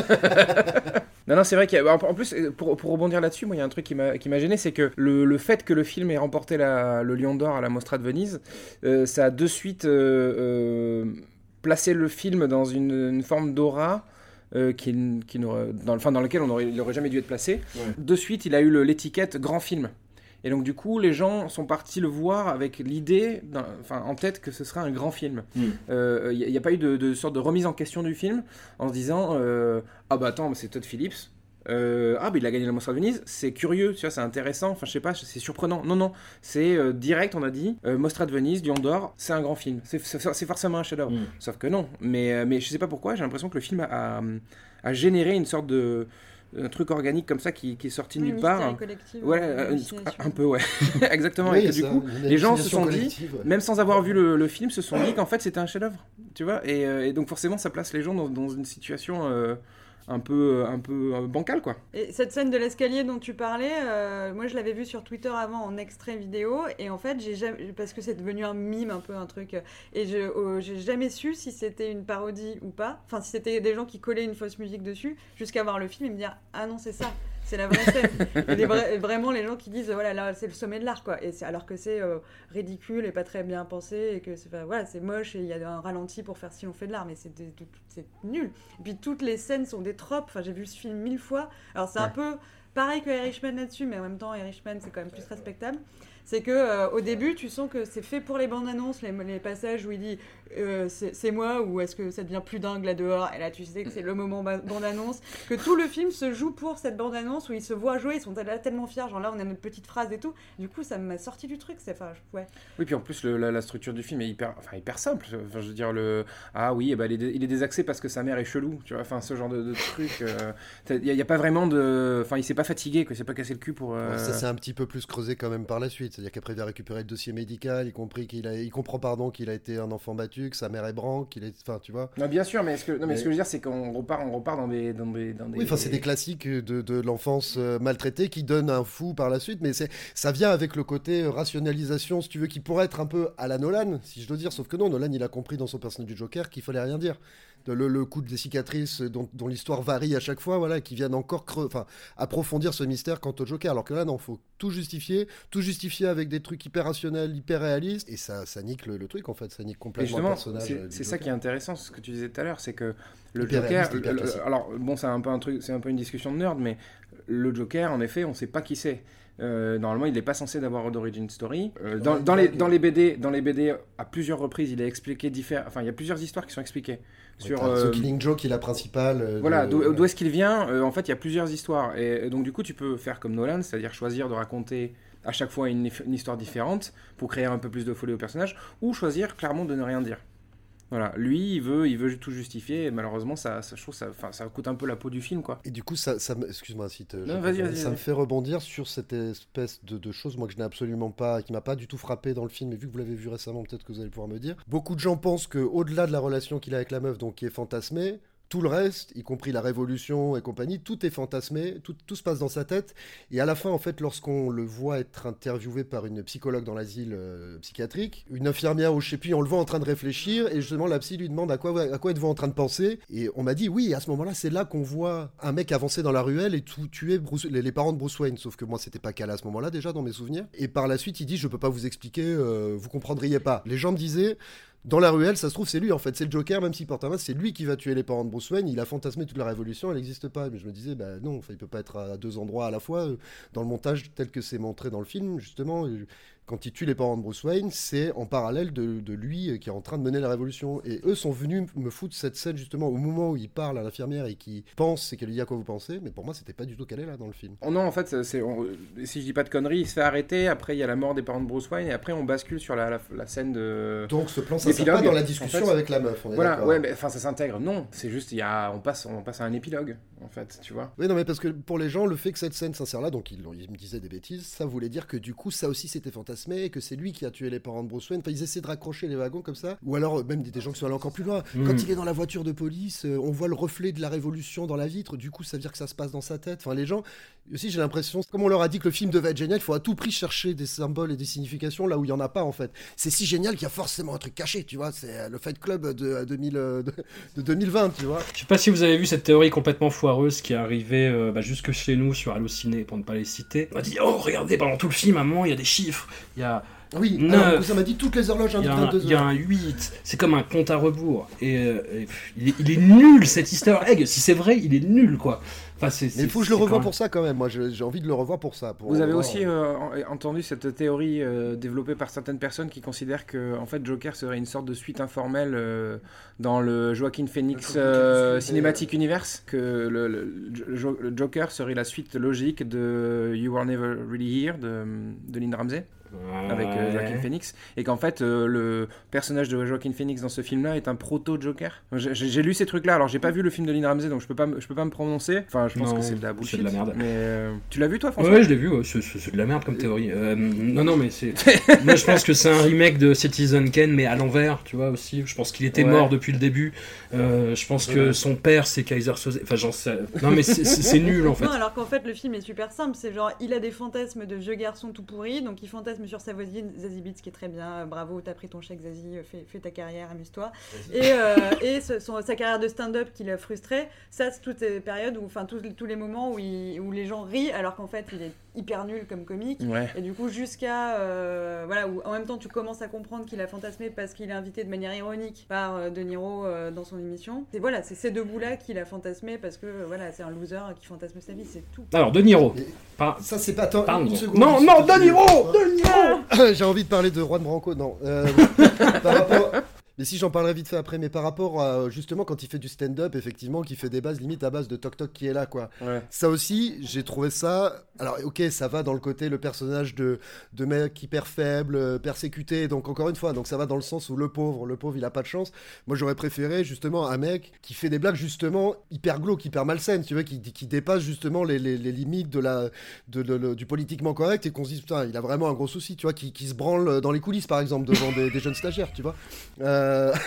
Non, non, c'est vrai qu'il y a... En en plus, pour, pour rebondir là-dessus, moi, il y a un truc qui m'a, qui m'a gêné, c'est que le, le fait que le film ait remporté la, le Lion d'Or à la Mostra de Venise, euh, ça a de suite euh, euh, placé le film dans une, une forme d'aura euh, qui, qui n'aurait- dans, enfin, dans lequel on aurait, il n'aurait jamais dû être placé. Ouais. De suite, il a eu le- l'étiquette grand film. Et donc, du coup, les gens sont partis le voir avec l'idée, d'un- enfin, en tête, que ce serait un grand film. Il Mm. euh, n'y a, y a pas eu de, de sorte de remise en question du film en se disant euh, ah bah attends, mais c'est Todd Phillips. Euh, ah bah il a gagné la Mostra de Venise, c'est curieux, tu vois, c'est intéressant, enfin je sais pas, c'est surprenant. Non, non, c'est euh, direct, on a dit, euh, Mostra de Venise, Lion d'Or, c'est un grand film. C'est, c'est, c'est forcément un chef-d'œuvre. Mm. Sauf que non. Mais, euh, mais je sais pas pourquoi, j'ai l'impression que le film a, a, a généré une sorte de. Un truc organique comme ça qui, qui est sorti de Oui, nulle mystère part. collectif, Ouais, euh, un, hallucination. un peu, ouais. Exactement. Oui, et que du ça, coup, une les gens se hallucination sont dit, collective, ouais. même sans avoir vu le, le film, se sont dit qu'en fait c'était un chef-d'œuvre, tu vois. Et, euh, et donc forcément, ça place les gens dans, dans une situation euh, un peu, un peu euh, bancale, quoi. Et cette scène de l'escalier dont tu parlais, euh, moi je l'avais vue sur Twitter avant en extrait vidéo, et en fait, j'ai jamais, parce que c'est devenu un mime, un peu un truc, et je euh, j'ai jamais su si c'était une parodie ou pas, enfin si c'était des gens qui collaient une fausse musique dessus, jusqu'à voir le film et me dire ah non c'est ça, c'est la vraie scène. Et les vrais- vraiment les gens qui disent voilà là c'est le sommet de l'art quoi, et c'est, alors que c'est euh, ridicule et pas très bien pensé, et que c'est enfin, voilà c'est moche et il y a un ralenti pour faire si on fait de l'art, mais c'est, des- c'est nul. Et puis toutes les scènes sont des tropes, enfin j'ai vu ce film mille fois, alors c'est un Ouais. peu pareil que Irishman là-dessus, mais en même temps Irishman c'est quand même plus respectable. C'est que euh, au début tu sens que c'est fait pour les bandes annonces, les, les passages où il dit euh, c'est, c'est moi ou est-ce que ça devient plus dingue là dehors, et là tu sais que c'est le moment ba- bande annonce, que tout le film se joue pour cette bande annonce où ils se voient jouer, ils sont là tellement fiers, genre là on a notre petite phrase et tout, du coup ça m'a sorti du truc, c'est enfin je- ouais. Oui, puis en plus, le- la, la structure du film est hyper, enfin, hyper simple. Enfin, je veux dire, le... Ah oui, eh ben, il, est dé- il est désaxé parce que sa mère est chelou, tu vois, enfin, ce genre de, de truc. euh, Il n'y a, y a pas vraiment de... Enfin, il s'est pas fatigué, quoi, il s'est pas cassé le cul pour... euh, Ça s'est un petit peu plus creusé quand même par la suite. C'est-à-dire qu'après il a récupéré le dossier médical, y compris qu'il a, il comprend pardon qu'il a été un enfant battu, que sa mère est branque, qu'il est, enfin tu vois. Non, bien sûr, mais, ce que, non, mais, Mais- ce que je veux dire, c'est qu'on repart, on repart dans des... Dans des, dans des... Oui, enfin c'est des classiques de, de l'enfance euh, maltraitée qui donnent un fou par la suite, mais c'est, ça vient avec le côté euh, rationalisation, si tu veux, qui pourrait être un peu à la Nolan, si je dois dire, sauf que non, Nolan il a compris dans son personnage du Joker qu'il fallait rien dire. De Le, le coup des cicatrices dont, dont l'histoire varie à chaque fois, voilà, qui viennent encore creux, enfin, approfondir ce mystère quant au Joker. Alors que là, non, faut tout justifier, tout justifier avec des trucs hyper rationnels, hyper réalistes, et ça, ça nique le, le truc en fait, ça nique Et complètement le justement, personnage. c'est euh, du c'est ça Joker. qui est intéressant, ce que tu disais tout à l'heure, c'est que le Hyper Joker, réaliste, hyper le- classique. alors bon, c'est un peu un truc, c'est un peu une discussion de nerd, mais le Joker, en effet, on sait pas qui c'est. Euh, normalement, il n'est pas censé d'avoir d'origin story. Euh, dans, Ouais, dans les, vague. dans les B D, dans les B D, à plusieurs reprises, il est expliqué différents. Enfin, il y a plusieurs histoires qui sont expliquées sur. T'as euh, The Killing Joke qui est la principale. euh, Voilà, de- d'où d'où est-ce qu'il vient euh, En fait, il y a plusieurs histoires. Et, et donc, du coup, tu peux faire comme Nolan, c'est-à-dire choisir de raconter à chaque fois une, une histoire différente pour créer un peu plus de folie au personnage, ou choisir clairement de ne rien dire. Voilà, lui, il veut, il veut tout justifier, et malheureusement, ça, ça, je trouve, ça, enfin, ça coûte un peu la peau du film, quoi. Et du coup, ça, ça me- excuse-moi si te- je Non, te- vas-y, vas-y, ça me vas-y. fait rebondir sur cette espèce de, de chose, moi que je n'ai absolument pas, qui m'a pas du tout frappé dans le film, et vu que vous l'avez vu récemment, peut-être que vous allez pouvoir me dire. Beaucoup de gens pensent que au-delà de la relation qu'il a avec la meuf, donc qui est fantasmée, Tout le reste, y compris la Révolution et compagnie, tout est fantasmé, tout, tout se passe dans sa tête. Et à la fin, en fait, lorsqu'on le voit être interviewé par une psychologue dans l'asile euh, psychiatrique, une infirmière ou je sais plus, on le voit en train de réfléchir et justement la psy lui demande à quoi, à quoi êtes-vous en train de penser. Et on m'a dit oui, à ce moment-là, c'est là qu'on voit un mec avancer dans la ruelle et tout, tuer Bruce, les, les parents de Bruce Wayne. Sauf que moi, c'était pas calé à ce moment-là déjà dans mes souvenirs. Et par la suite, il dit je peux pas vous expliquer, euh, vous comprendriez pas. Les gens me disaient dans la ruelle, ça se trouve, c'est lui en fait, c'est le Joker, même s'il porte un masque, c'est lui qui va tuer les parents de Bruce Wayne. Il a fantasmé toute la révolution, elle n'existe pas. Mais je me disais, bah non, il peut pas être à deux endroits à la fois. Dans le montage tel que c'est montré dans le film, justement, quand il tue les parents de Bruce Wayne, c'est en parallèle de, de lui qui est en train de mener la révolution. Et eux sont venus me foutre cette scène justement au moment où il parle à l'infirmière et qui pense, c'est qu'elle lui dit à quoi vous pensez. Mais pour moi, c'était pas du tout calé là dans le film. Oh non, en fait, c'est, on, si je dis pas de conneries, il se fait arrêter. Après, il y a la mort des parents de Bruce Wayne et après, on bascule sur la, la, la scène de. Donc ce plan, ça sert pas dans la discussion en fait, avec la meuf. On est voilà, d'accord. ouais, mais enfin, ça s'intègre. Non, c'est juste, il y a, on passe, on passe à un épilogue, en fait, tu vois. Oui, non, mais parce que pour les gens, le fait que cette scène s'insère là, donc ils, ils me disaient des bêtises, ça voulait dire que du coup, ça aussi c'était fantasmé, que c'est lui qui a tué les parents de Bruce Wayne. Enfin, ils essaient de raccrocher les wagons comme ça. Ou alors, même des gens qui sont allés encore plus loin. Mmh. Quand il est dans la voiture de police, euh, on voit le reflet de la révolution dans la vitre. Du coup, ça veut dire que ça se passe dans sa tête. Enfin, les gens, aussi, j'ai l'impression, comme on leur a dit que le film devait être génial, il faut à tout prix chercher des symboles et des significations là où il n'y en a pas, en fait. C'est si génial qu'il y a forcément un truc caché, tu vois. C'est le Fight Club de, deux mille, de, de deux mille vingt, tu vois. Je sais pas si vous avez vu cette théorie complètement foireuse qui est arrivée euh, bah, jusque chez nous sur Allociné, pour ne pas les citer. On m'a dit, oh, regardez, pendant tout le film, à un moment, il y a des chiffres. Il y a. Oui, neuf, alors, ça m'a dit toutes les horloges indiquent vingt-deux heures. Il y a un huit, c'est comme un compte à rebours. Et, euh, et il, est, il est nul cet easter egg, si c'est vrai, il est nul quoi. Enfin, c'est, Mais c'est, il faut que je le revoie même... pour ça quand même, moi j'ai, j'ai envie de le revoir pour ça. Pour Vous avez revoir. aussi euh, entendu cette théorie euh, développée par certaines personnes qui considèrent que en fait, Joker serait une sorte de suite informelle euh, dans le Joaquin Phoenix euh, Cinematic Universe, que le, le, le, le Joker serait la suite logique de You Were Never Really Here de, de Lynn Ramsey. Ouais. Avec euh, Joaquin Phoenix, et qu'en fait euh, le personnage de Joaquin Phoenix dans ce film-là est un proto-Joker. J'ai, j'ai lu ces trucs-là, alors j'ai pas vu le film de Lynn Ramsey, donc je peux pas, je peux pas me prononcer. Enfin, je pense non, que c'est de la bullshit. C'est de la merde. Mais euh, tu l'as vu toi, François ? Ouais, je l'ai vu. Ouais, c'est, c'est de la merde comme théorie. Euh, non, non, mais c'est. Moi, je pense que c'est un remake de Citizen Kane, mais à l'envers, tu vois aussi. Je pense qu'il était ouais. mort depuis le début. Euh, je pense ouais. que son père c'est Kaiser Soze. Enfin, j'en sais. Non, mais c'est, c'est, c'est nul en fait. Non, alors qu'en fait le film est super simple. C'est genre, il a des fantasmes de vieux garçon tout pourri, donc il fantasme sur sa voisine Zazie Beetz qui est très bien, bravo, t'as pris ton chèque Zazie, fais, fais ta carrière, amuse-toi. Et, euh, et ce, son, sa carrière de stand-up qui l'a frustré, ça c'est toutes les périodes, où, enfin tous, tous les moments où, il, où les gens rient alors qu'en fait il est hyper nul comme comique. Ouais. Et du coup jusqu'à, euh, voilà, où en même temps tu commences à comprendre qu'il a fantasmé parce qu'il est invité de manière ironique par euh, De Niro euh, dans son émission. Et voilà, c'est ces deux bouts-là qu'il a fantasmé parce que euh, voilà, c'est un loser qui fantasme sa vie, c'est tout. Alors De Niro. Par... Ça c'est pas tant. Pardon. Une seconde. Non, non, De Niro, De Niro. J'ai envie de parler de Juan Branco, non. Euh, par rapport... Mais si j'en parlerai vite fait après, mais par rapport à justement quand il fait du stand-up, effectivement, qui fait des bases limite à base de Toc Toc qui est là, quoi. Ouais. Ça aussi, j'ai trouvé ça. Alors, ok, ça va dans le côté le personnage de, de mec hyper faible, persécuté. Donc, encore une fois, donc ça va dans le sens où le pauvre, le pauvre, il a pas de chance. Moi, j'aurais préféré justement un mec qui fait des blagues justement hyper glauques, hyper malsaines, tu vois, qui, qui dépasse justement les, les, les limites de la, de, de, de, du politiquement correct et qu'on se dise, putain, il a vraiment un gros souci, tu vois, qui, qui se branle dans les coulisses, par exemple, devant des, des jeunes stagiaires, tu vois. Euh,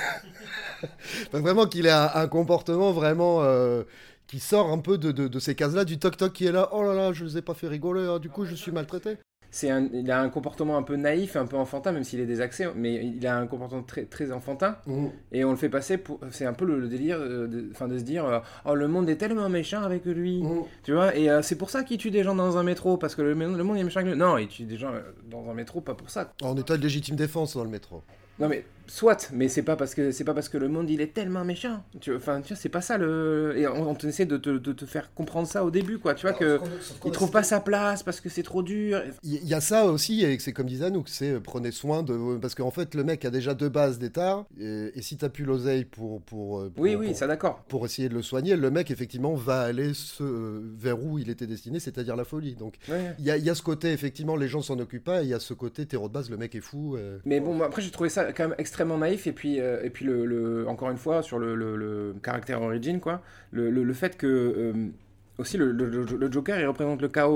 Enfin, vraiment qu'il ait un, un comportement vraiment euh, qui sort un peu de, de, de ces cases-là, du toc-toc qui est là, oh là là, je les ai pas fait rigoler, hein, du coup je suis maltraité. C'est un, il a un comportement un peu naïf, un peu enfantin, même s'il est désaxé, mais il a un comportement très, très enfantin, mmh. et on le fait passer pour... C'est un peu le, le délire de, de, de se dire, euh, oh le monde est tellement méchant avec lui, mmh. tu vois, et euh, c'est pour ça qu'il tue des gens dans un métro, parce que le, le monde est méchant avec lui. Non, il tue des gens dans un métro, pas pour ça. En état de légitime défense dans le métro. Non mais soit, mais c'est pas parce que c'est pas parce que le monde il est tellement méchant. Tu enfin tu vois c'est pas ça le et on, on essaie de te de te faire comprendre ça au début quoi. Tu vois que il trouve pas sa place parce que c'est trop dur. Il y, y a ça aussi et c'est comme disait Anouk, c'est prenez soin de parce qu'en fait le mec a déjà deux bases d'état et, et si t'as plus l'oseille pour pour, pour oui oui pour, ça d'accord pour essayer de le soigner, le mec effectivement va aller se, vers où il était destiné, c'est-à-dire la folie. Donc il ouais. y a il y a ce côté effectivement les gens s'en occupent pas et il y a ce côté terreau de base le mec est fou. Euh... Mais bon moi, après j'ai trouvé ça quand même extrêmement naïf et puis euh, et puis le, le encore une fois sur le, le, le caractère origin quoi le, le, le fait que euh, aussi le, le, le Joker il représente le chaos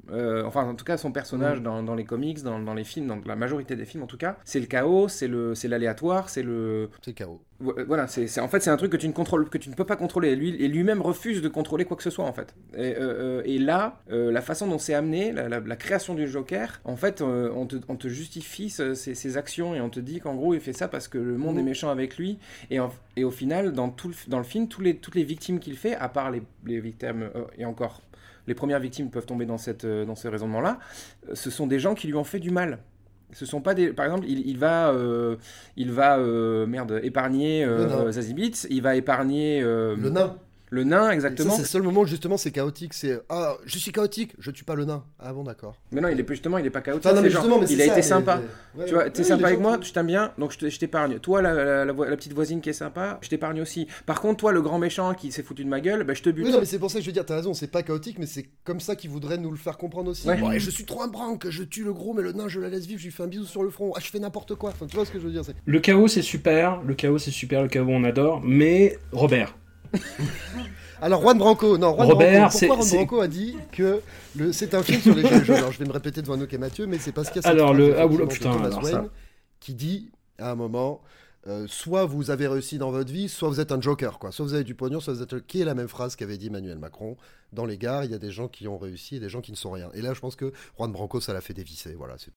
euh, enfin en tout cas son personnage mmh. dans, dans les comics, dans, dans les films, dans la majorité des films en tout cas, c'est le chaos, c'est, le, c'est l'aléatoire, c'est le... C'est le chaos. Voilà, c'est, c'est, en fait c'est un truc que tu ne contrôles, que tu ne peux pas contrôler, et, lui, et lui-même refuse de contrôler quoi que ce soit en fait. Et, euh, et là, euh, la façon dont c'est amené, la, la, la création du Joker, en fait euh, on, te, on te justifie ce, ces, ces actions et on te dit qu'en gros il fait ça parce que le monde mmh. est méchant avec lui, et, en, et au final dans, tout le, dans le film, tous les, toutes les victimes qu'il fait, à part les, les victimes, euh, et encore, les premières victimes peuvent tomber dans, cette, euh, dans ce raisonnement-là, euh, ce sont des gens qui lui ont fait du mal. Ce sont pas des... Par exemple, il, il va, euh, il va euh, merde, épargner euh, Zazie Beetz, il va épargner... Euh, le nain. Le nain, exactement. Et ça, c'est le seul moment où justement c'est chaotique. C'est ah, je suis chaotique, je tue pas le nain. Ah bon, d'accord. Mais non, il est justement, il est pas chaotique. Enfin, non, mais genre, justement, mais c'est il a ça, été mais, sympa. mais... Ouais, tu vois, t'es ouais, sympa avec gentil. moi, je t'aime bien, donc je, te, je t'épargne. Toi, la, la, la, la petite voisine qui est sympa, je t'épargne aussi. Par contre, toi, le grand méchant qui s'est foutu de ma gueule, bah, je te bute. Oui, non, mais c'est pour ça que je veux dire, t'as raison, c'est pas chaotique, mais c'est comme ça qu'ils voudraient nous le faire comprendre aussi. Ouais. Ouais, je suis trop un branque, je tue le gros, mais le nain, je la laisse vivre, je lui fais un bisou sur le front. Ah, je fais n'importe quoi. Enfin, tu vois ce que je veux dire, c'est... Le chaos, c'est super. Le chaos, c'est super. Le chaos, on adore. Mais Robert. Alors, Juan Branco, non, Juan Robert, Branco, c'est, pourquoi Juan c'est... Branco a dit que le, c'est un film sur les jeunes. Alors, je vais me répéter devant Anouk et Mathieu, mais c'est parce qu'il y a cette alors, phrase, le... ah, effectivement, oh, putain, de Thomas alors Wayne ça... qui dit, à un moment, euh, soit vous avez réussi dans votre vie, soit vous êtes un joker, quoi. Soit vous avez du pognon, soit vous êtes... Qui est la même phrase qu'avait dit Emmanuel Macron. Dans les gares, il y a des gens qui ont réussi et des gens qui ne sont rien. Et là, je pense que Juan Branco, ça l'a fait dévisser. Voilà, c'est...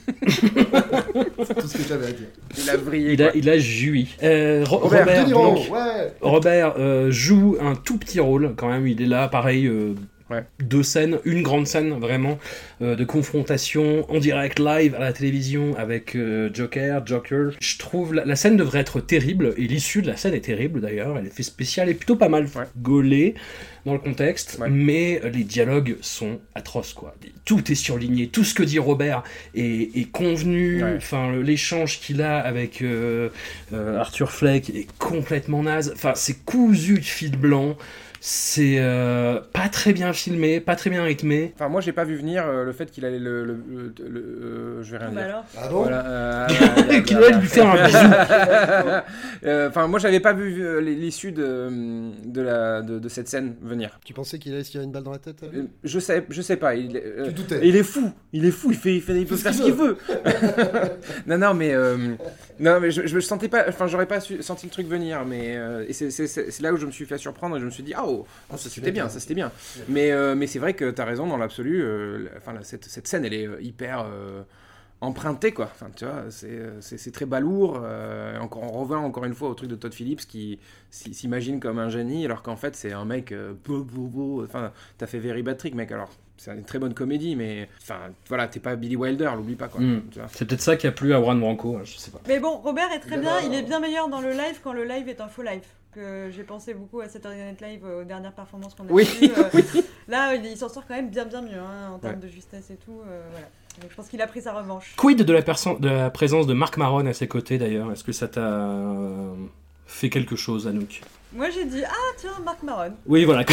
c'est tout ce que j'avais à dire. Il a brillé. Il a, il a joui. Euh, Ro- Robert, Robert, Niro, donc, ouais. Robert euh, joue un tout petit rôle quand même. Il est là, pareil. Euh, Ouais. Deux scènes, une grande scène vraiment euh, de confrontation en direct live à la télévision avec euh, Joker, Joker. Je trouve la, la scène devrait être terrible et l'issue de la scène est terrible d'ailleurs. Elle est fait spéciale et plutôt pas mal ouais. gaulée dans le contexte, ouais. mais les dialogues sont atroces quoi. Tout est surligné, tout ce que dit Robert est, est convenu. Ouais. Enfin, l'échange qu'il a avec euh, euh, Arthur Fleck est complètement naze. Enfin, c'est cousu de fil blanc. C'est euh, pas très bien filmé, pas très bien rythmé. Enfin, moi, j'ai pas vu venir euh, le fait qu'il allait le. le, le, le, le euh, je vais rien bah dire. alors Ah bon voilà, euh, Qu'il allait lui faire un bisou. Enfin, euh, moi, j'avais pas vu euh, l'issue de, de, la, de, de cette scène venir. Tu pensais qu'il allait se tirer une balle dans la tête euh, Je sais, je sais pas. Il, euh, tu doutais. Il est fou. Il est fou. Il fait, il fait, il peut faire ce qu'il veut. non, non, mais euh, non, mais je, je me sentais pas. Enfin, j'aurais pas su, senti le truc venir. Mais euh, et c'est, c'est, c'est, c'est là où je me suis fait surprendre et je me suis dit, ah, oh, oh, ça c'était bien, ça c'était bien. Mais euh, mais c'est vrai que t'as raison dans l'absolu. Euh, enfin, cette, cette scène, elle est hyper. Euh, emprunté quoi, enfin tu vois, c'est, c'est, c'est très balourd, euh, encore, on revient encore une fois au truc de Todd Phillips qui si, s'imagine comme un génie alors qu'en fait c'est un mec euh, beau, beau, beau. Enfin t'as fait Very Bad Trip mec, alors c'est une très bonne comédie mais enfin voilà, t'es pas Billy Wilder, l'oublie pas quoi. Mm. Tu vois. C'est peut-être ça qui a plu à Juan Branco, je sais pas. Mais bon, Robert est très Mais bien, non. il est bien meilleur dans le live quand le live est un faux live. Que j'ai pensé beaucoup à Saturday Night Live aux dernières performances qu'on a oui. vues. Euh, là, il s'en sort quand même bien bien mieux hein, en termes ouais. de justesse et tout. Euh, voilà. Donc, je pense qu'il a pris sa revanche. Quid de la, perso- de la présence de Marc Maron à ses côtés d'ailleurs? Est-ce que ça t'a fait quelque chose, Anouk? Moi j'ai dit, ah tiens, Marc Maron. Oui, voilà.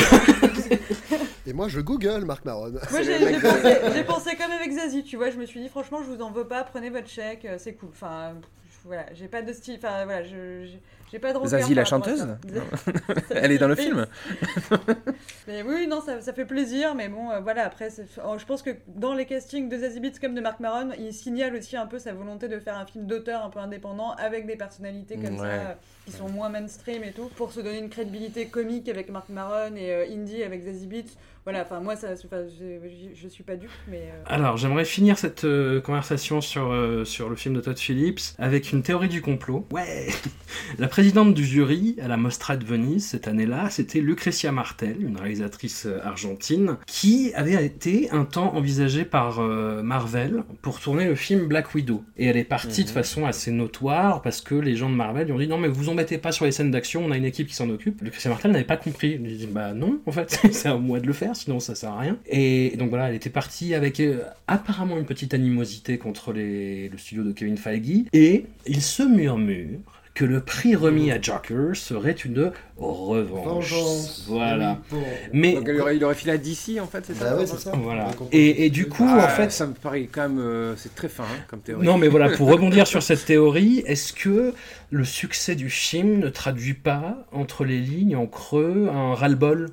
Et moi je google Marc Maron. Moi j'ai, j'ai, pensé, j'ai pensé comme avec Zazie, tu vois, je me suis dit franchement je vous en veux pas, prenez votre chèque, c'est cool. Enfin, voilà, j'ai pas de style, enfin voilà, je... j'ai... J'ai pas de Zazie la chanteuse. Elle est dans le film. Mais oui, non, ça, ça fait plaisir, mais bon, euh, voilà. Après, c'est... Oh, je pense que dans les castings de Zazie Beetz comme de Marc Maron, il signale aussi un peu sa volonté de faire un film d'auteur un peu indépendant avec des personnalités comme ouais. ça euh, qui sont moins mainstream et tout, pour se donner une crédibilité comique avec Marc Maron et euh, indie avec Zazie Beetz. Voilà, enfin moi, ça, enfin, je, je suis pas dupe, mais. Euh... Alors, j'aimerais finir cette euh, conversation sur euh, sur le film de Todd Phillips avec une théorie du complot. Ouais. La présidente du jury à la Mostra de Venise cette année-là, c'était Lucrecia Martel, une réalisatrice argentine, qui avait été un temps envisagée par euh, Marvel pour tourner le film Black Widow. Et elle est partie mmh. de façon assez notoire parce que les gens de Marvel lui ont dit non mais vous embêtez pas sur les scènes d'action, on a une équipe qui s'en occupe. Lucrecia Martel n'avait pas compris. Elle lui dit bah non, en fait, c'est à moi de le faire, sinon ça sert à rien. Et donc voilà, elle était partie avec euh, apparemment une petite animosité contre les, le studio de Kevin Feige. Et il se murmure que le prix remis à Joker serait une revanche. Vengeance. Voilà. Oui, bon. Mais donc il aurait, il aurait filé à D C en fait, c'est ça. Bah ouais, c'est ça. Voilà. Et, et du coup, ah, en fait, ça me paraît quand même, euh, c'est très fin hein, comme théorie. Non, mais voilà, pour rebondir sur cette théorie, est-ce que le succès du film ne traduit pas, entre les lignes, en creux, un ras-le-bol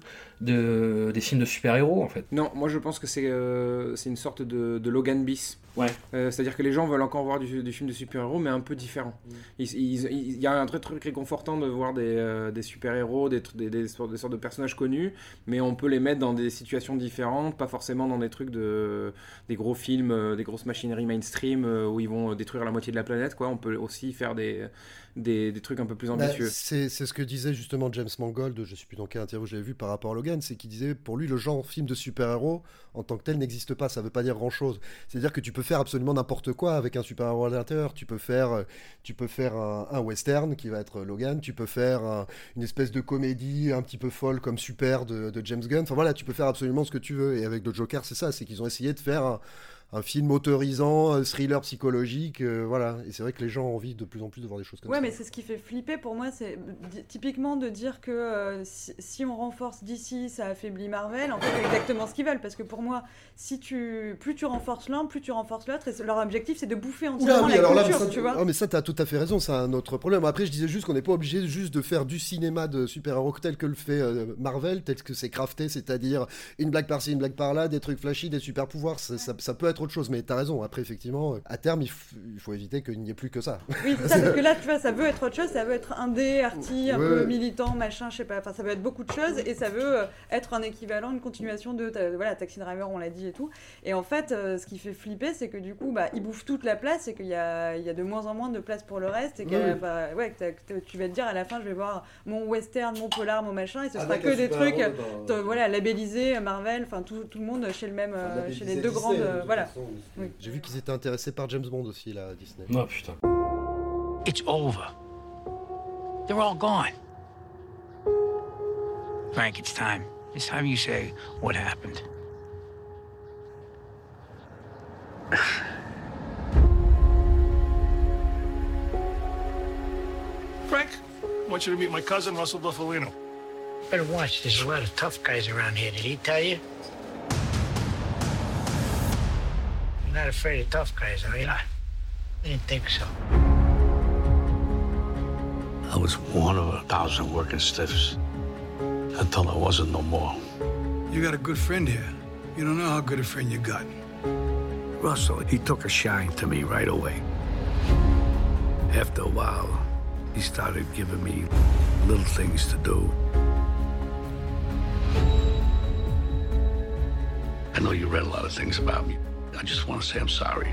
de, des films de super-héros, en fait. Non, moi je pense que c'est, euh, c'est une sorte de, de Logan bis. Ouais. Euh, c'est-à-dire que les gens veulent encore voir du, du film de super-héros, mais un peu différent. Il mmh. il, il, y a un très truc réconfortant de voir des, euh, des super-héros, des, des, des, des sortes de personnages connus, mais on peut les mettre dans des situations différentes, pas forcément dans des trucs de des gros films, euh, des grosses machineries mainstream euh, où ils vont détruire la moitié de la planète, quoi. On peut aussi faire des Des, des trucs un peu plus ambitieux. Bah, c'est, c'est ce que disait justement James Mangold, je ne sais plus dans quelle interview je l'avais vu par rapport à Logan, c'est qu'il disait pour lui le genre film de super-héros en tant que tel n'existe pas, ça ne veut pas dire grand-chose. C'est-à-dire que tu peux faire absolument n'importe quoi avec un super-héros à l'intérieur, tu peux faire, tu peux faire un, un western qui va être Logan, tu peux faire un, une espèce de comédie un petit peu folle comme Super de, de James Gunn, enfin voilà, tu peux faire absolument ce que tu veux. Et avec le Joker c'est ça, c'est qu'ils ont essayé de faire un, un film autorisant, un thriller psychologique, euh, voilà. Et c'est vrai que les gens ont envie de plus en plus de voir des choses comme ouais, ça. Ouais, mais c'est ce qui fait flipper pour moi, c'est d- typiquement de dire que euh, si, si on renforce D C, ça affaiblit Marvel. En fait, c'est exactement ce qu'ils veulent, parce que pour moi, si tu, plus tu renforces l'un, plus tu renforces l'autre, et leur objectif, c'est de bouffer entièrement Oula, oui, la alors culture, là, ça, tu vois. Oh, mais ça, t'as tout à fait raison, c'est un autre problème. Après, je disais juste qu'on n'est pas obligé juste de faire du cinéma de super-héros tel que le fait euh, Marvel, tel que c'est crafté, c'est-à-dire une blague par-ci, une blague par-là, des trucs flashy, des super-pouvoirs, ça, ça, ça peut être autre chose, mais t'as raison. Après, effectivement, à terme, il, f- il faut éviter qu'il n'y ait plus que ça. Oui, c'est ça, parce que là, tu vois, ça veut être autre chose, ça veut être indé, arty, un ouais, peu ouais. militant, machin, je sais pas, enfin, ça veut être beaucoup de choses, et ça veut euh, être un équivalent, une continuation de, ta- voilà, Taxi Driver, on l'a dit et tout. Et en fait, euh, ce qui fait flipper, c'est que du coup, bah, ils bouffent toute la place, et qu'il y a, il y a de moins en moins de place pour le reste, et que, Oui. bah, ouais, que, que tu vas te dire, à la fin, je vais voir mon western, mon polar, mon machin, et ce sera Avec que un des trucs, super-héros dans- euh, voilà, labellisés, Marvel, enfin, tout, tout le monde chez le même, euh, chez les deux grandes, euh, voilà. Oui. J'ai vu qu'ils étaient intéressés par James Bond aussi, là, à Disney. Oh putain. It's over. They're all gone. Frank, it's time. It's time you say what happened. Frank, I want you to meet my cousin, Russell Buffalino. Better watch. There's a lot of tough guys around here. Did he tell you? You're not afraid of tough guys, are you? I didn't think so. I was one of a thousand working stiffs until I wasn't no more. You got a good friend here. You don't know how good a friend you got. Russell, he took a shine to me right away. After a while, he started giving me little things to do. I know you read a lot of things about me. I just want to say I'm sorry.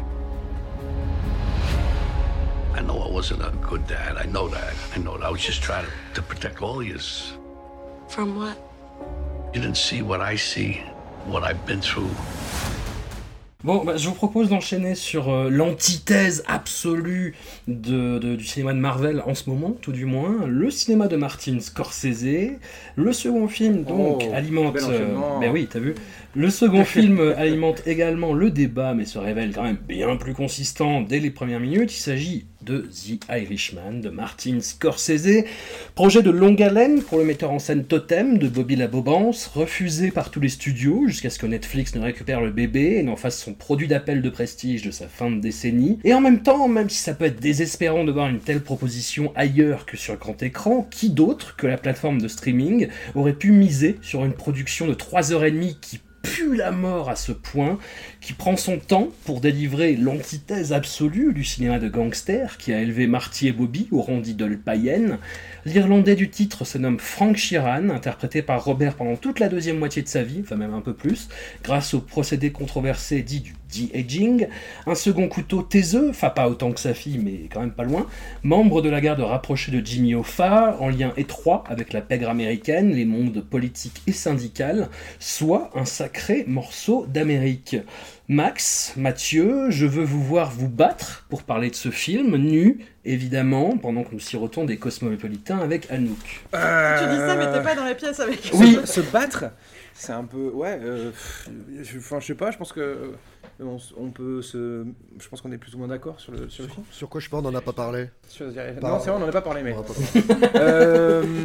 I know I wasn't a good dad. I know that. I know that. I was just trying to, to protect all of you. From what? You didn't see what I see, what I've been through. Bon, bah, je vous propose d'enchaîner sur euh, l'antithèse absolue de, de, du cinéma de Marvel en ce moment, tout du moins, le cinéma de Martin Scorsese. Le second film, donc, Oh, alimente... bel Euh, enchaînement. ben oui, t'as vu. Le second film alimente également le débat, mais se révèle quand même bien plus consistant dès les premières minutes. Il s'agit de The Irishman, de Martin Scorsese. Projet de longue haleine pour le metteur en scène totem de Bobby Labobance, refusé par tous les studios jusqu'à ce que Netflix ne récupère le bébé et n'en fasse son produit d'appel de prestige de sa fin de décennie. Et en même temps, même si ça peut être désespérant de voir une telle proposition ailleurs que sur le grand écran, qui d'autre que la plateforme de streaming aurait pu miser sur une production de trois heures trente qui pue la mort à ce point, qui prend son temps pour délivrer l'antithèse absolue du cinéma de gangster qui a élevé Marty et Bobby au rang d'idole païenne. L'Irlandais du titre se nomme Frank Sheeran, interprété par Robert pendant toute la deuxième moitié de sa vie, enfin même un peu plus, grâce au procédé controversé dit du de-aging. Un second couteau taiseux, enfin pas autant que sa fille, mais quand même pas loin, membre de la garde rapprochée de Jimmy Hoffa, en lien étroit avec la pègre américaine, les mondes politiques et syndicales, soit un sacré morceau d'Amérique. Max, Mathieu, je veux vous voir vous battre pour parler de ce film, nu, évidemment, pendant que nous sirotons des cosmopolitains avec Anouk. Euh... Tu dis ça, mais t'es pas dans la pièce avec. Oui. Se, se battre, c'est un peu... Ouais, euh, je, enfin, je sais pas, je pense que... On, on peut se... Je pense qu'on est plus ou moins d'accord sur le, sur le film. Sur quoi je sais pas, on en a pas parlé. Sur... Par... Non, c'est vrai, on en a pas parlé, mais... On en a pas parlé. euh,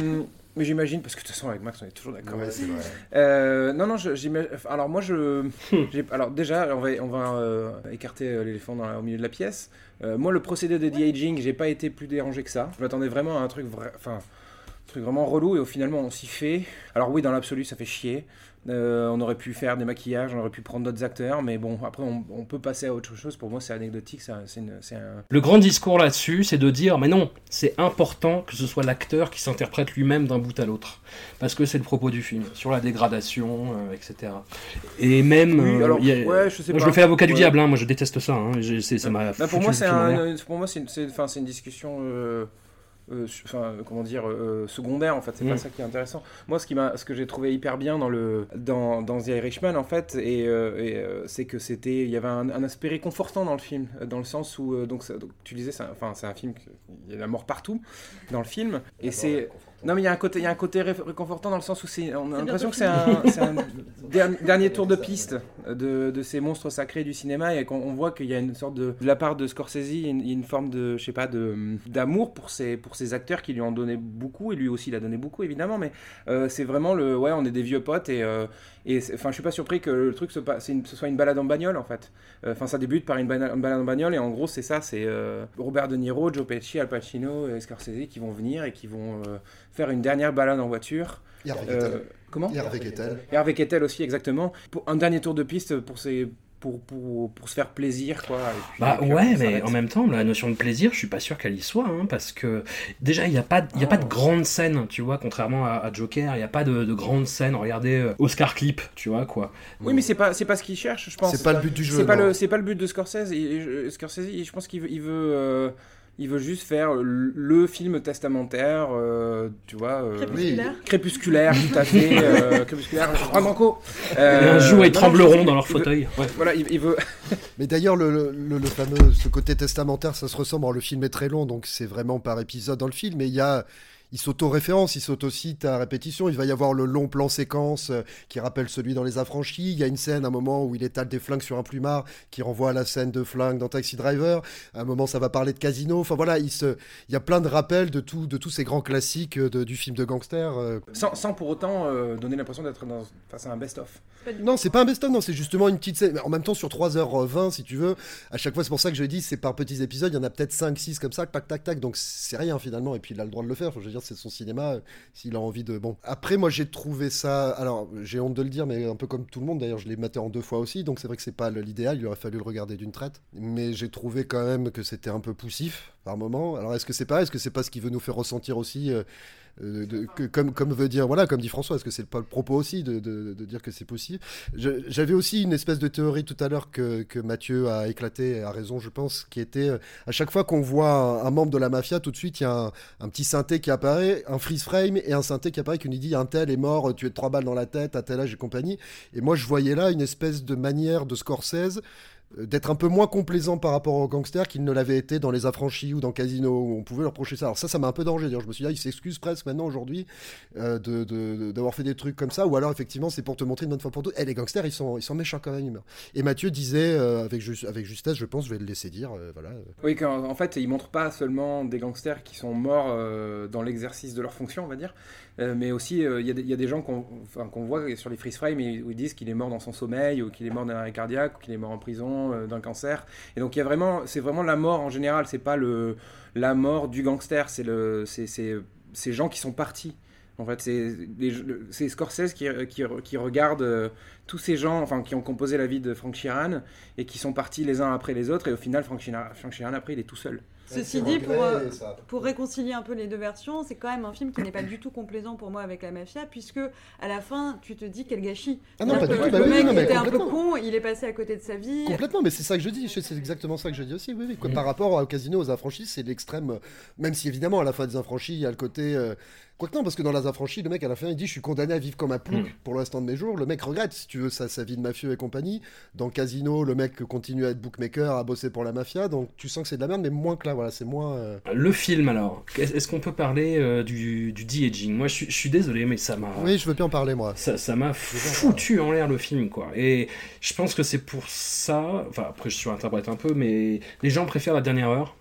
Mais j'imagine, parce que de toute façon avec Max on est toujours d'accord. Ouais, c'est vrai. Euh, non, non, je, j'imagine... Alors moi je... j'ai... Alors déjà, on va, on va euh, écarter euh, l'éléphant dans la... au milieu de la pièce. Euh, moi le procédé de de-aging, j'ai pas été plus dérangé que ça. Je m'attendais vraiment à un truc vrai... Enfin, un truc vraiment relou et au finalement on s'y fait. Alors oui, dans l'absolu ça fait chier. Euh, on aurait pu faire des maquillages, on aurait pu prendre d'autres acteurs, mais bon, après on, on peut passer à autre chose. Pour moi, c'est anecdotique. C'est, c'est, une, c'est un... Le grand discours là-dessus, c'est de dire, mais non, c'est important que ce soit l'acteur qui s'interprète lui-même d'un bout à l'autre, parce que c'est le propos du film, sur la dégradation, euh, et cetera. Et même, oui, alors, euh, y a... ouais, je sais moi, pas. je le fais l'avocat ouais. du diable, hein, moi je déteste ça. Hein, j'ai, c'est, ça m'a bah, pour, moi, c'est un, pour moi, c'est une, c'est, enfin, c'est une discussion. Euh... Euh, enfin, comment dire, euh, secondaire en fait, c'est mmh. pas ça qui est intéressant. Moi, ce, qui m'a, ce que j'ai trouvé hyper bien dans, le, dans, dans The Irishman en fait, et, euh, et, euh, c'est que c'était, il y avait un, un aspect réconfortant dans le film, dans le sens où, euh, donc, ça, donc tu disais, c'est un, enfin, c'est un film, il y a la mort partout dans le film, et c'est... Non mais il y a un côté, il y a un côté ré- réconfortant dans le sens où c'est, on a c'est l'impression que c'est un, c'est un der- dernier tour de piste de, de ces monstres sacrés du cinéma et qu'on on voit qu'il y a une sorte de, de la part de Scorsese, une, une forme de, je sais pas, de d'amour pour ces pour ces acteurs qui lui ont donné beaucoup et lui aussi il a donné beaucoup évidemment, mais euh, c'est vraiment le, ouais, on est des vieux potes et euh, et enfin je suis pas surpris que le truc se passe, c'est une, ce soit une balade en bagnole en fait. Enfin euh, ça débute par une, bana- une balade en bagnole et en gros c'est ça, c'est euh, Robert De Niro, Joe Pesci, Al Pacino et Scorsese qui vont venir et qui vont euh, faire une dernière balade en voiture. Et Harvey euh, Keitel. Comment ? Et Harvey Keitel. Et Harvey Keitel aussi, exactement. Pour un dernier tour de piste pour, ces, pour, pour, pour se faire plaisir, quoi. Et puis, bah et puis, ouais, mais en même temps, la notion de plaisir, je suis pas sûr qu'elle y soit, hein, parce que déjà, il n'y a, pas, y a oh. pas de grande scène, tu vois, contrairement à, à Joker, il n'y a pas de, de grande scène. Regardez euh, Oscar Clip, tu vois, quoi. Oui, mais c'est pas, c'est pas ce qu'il cherche, je pense. C'est, c'est pas le but du jeu. C'est pas, le, c'est pas le but de Scorsese. Et, et, Scorsese, je pense qu'il veut... Il veut euh, Il veut juste faire le film testamentaire, euh, tu vois. Euh, crépusculaire. Crépusculaire, tout à fait. Euh, crépusculaire. Ah, Banco. Euh, et un jour, ils trembleront dans leur fauteuil. Veut, ouais. Voilà, il, il veut. Mais d'ailleurs, le, le, le fameux, ce côté testamentaire, ça se ressemble. Alors, le film est très long, donc c'est vraiment par épisode dans le film. Mais il y a. Il s'auto-référence, il s'auto-cite à répétition. Il va y avoir le long plan séquence euh, qui rappelle celui dans Les Affranchis. Il y a une scène, un moment où il étale des flingues sur un plumard qui renvoie à la scène de flingue dans Taxi Driver. À un moment, ça va parler de casino. Enfin voilà, il, se... il y a plein de rappels de, tout, de tous ces grands classiques de, du film de gangster. Euh... Sans, sans pour autant euh, donner l'impression d'être dans, face à un best-of. Non, c'est pas un best-of, non, c'est justement une petite scène. En même temps, sur trois heures vingt, si tu veux, à chaque fois, c'est pour ça que je dis, c'est par petits épisodes. Il y en a peut-être cinq six comme ça, tac, tac, tac. Donc c'est rien finalement. Et puis il a le droit de le faire. Enfin, je veux dire, c'est son cinéma. S'il a envie de... Bon. Après, moi, j'ai trouvé ça... Alors, j'ai honte de le dire, mais un peu comme tout le monde. D'ailleurs, je l'ai maté en deux fois aussi, donc c'est vrai que c'est pas l'idéal. Il aurait fallu le regarder d'une traite. Mais j'ai trouvé quand même que c'était un peu poussif, par moment. Alors, est-ce que c'est pareil ? Est-ce que c'est pas ce qui veut nous faire ressentir aussi... Euh, euh, de, que, comme, comme veut dire... Voilà, comme dit François, est-ce que c'est pas le propos aussi de, de, de dire que c'est possible ? je, J'avais aussi une espèce de théorie tout à l'heure que, que Mathieu a éclaté, et a raison, je pense, qui était... Euh, à chaque fois qu'on voit un, un membre de la mafia, tout de suite, il y a un, un petit synthé qui apparaît, un freeze frame et un synthé qui apparaît qui nous dit un tel est mort, tué de trois balles dans la tête, à tel âge et compagnie. Et moi, je voyais là une espèce de manière de Scorsese d'être un peu moins complaisant par rapport aux gangsters qu'il ne l'avait été dans Les Affranchis ou dans Casino, où on pouvait leur reprocher ça. Alors ça, ça m'a un peu dérangé. D'ailleurs, je me suis dit, ah, il s'excuse presque maintenant, aujourd'hui, euh, de, de, d'avoir fait des trucs comme ça, ou alors, effectivement, c'est pour te montrer une bonne fois pour toutes. Eh, les gangsters, ils sont, ils sont méchants quand même. Et Mathieu disait, euh, avec, ju- avec justesse, je pense, je vais le laisser dire, euh, voilà. Oui, qu'en, en fait, ils montrent pas seulement des gangsters qui sont morts euh, dans l'exercice de leur fonction, on va dire, euh, mais aussi, il euh, y, y a des gens qu'on, enfin, qu'on voit sur les freeze frames où ils disent qu'il est mort dans son sommeil, ou qu'il est mort d'un arrêt cardiaque, ou qu'il est mort en prison, euh, d'un cancer. Et donc il y a vraiment, c'est vraiment la mort en général, c'est pas le, la mort du gangster, c'est, le, c'est, c'est ces gens qui sont partis. En fait, c'est, les, c'est Scorsese qui, qui, qui regarde euh, tous ces gens, enfin, qui ont composé la vie de Frank Sheeran et qui sont partis les uns après les autres. Et au final, Frank Sheeran, Frank Sheeran après, il est tout seul. Ceci dit, pour, euh, pour réconcilier un peu les deux versions, c'est quand même un film qui n'est pas du tout complaisant pour moi avec la mafia, puisque à la fin, tu te dis quel gâchis. Ah non, pas du tout. Le bah mec oui, non, était un peu con, il est passé à côté de sa vie. Complètement, mais c'est ça que je dis. C'est exactement ça que je dis aussi. Oui, oui. Quoi, mmh. Par rapport au Casino, aux Affranchis, c'est l'extrême. Même si évidemment, à la fin des Affranchis, il y a le côté. Euh... Quoique non, parce que dans Les Affranchis, le mec à la fin il dit je suis condamné à vivre comme un plouc mmh. pour le restant de mes jours. Le mec regrette, si tu veux, sa, sa vie de mafieux et compagnie. Dans Casino, le mec continue à être bookmaker, à bosser pour la mafia. Donc tu sens que c'est de la merde, mais moins que là. Voilà, c'est moins. Euh... Le film alors, est-ce qu'on peut parler euh, du, du de-aging ? Moi, je, je suis désolé, mais ça m'a. Oui, je veux bien en parler moi. Ça, ça m'a foutu en l'air le film, quoi. Et je pense que c'est pour ça. Enfin, après, je surinterprète un peu, mais les gens préfèrent La Dernière Heure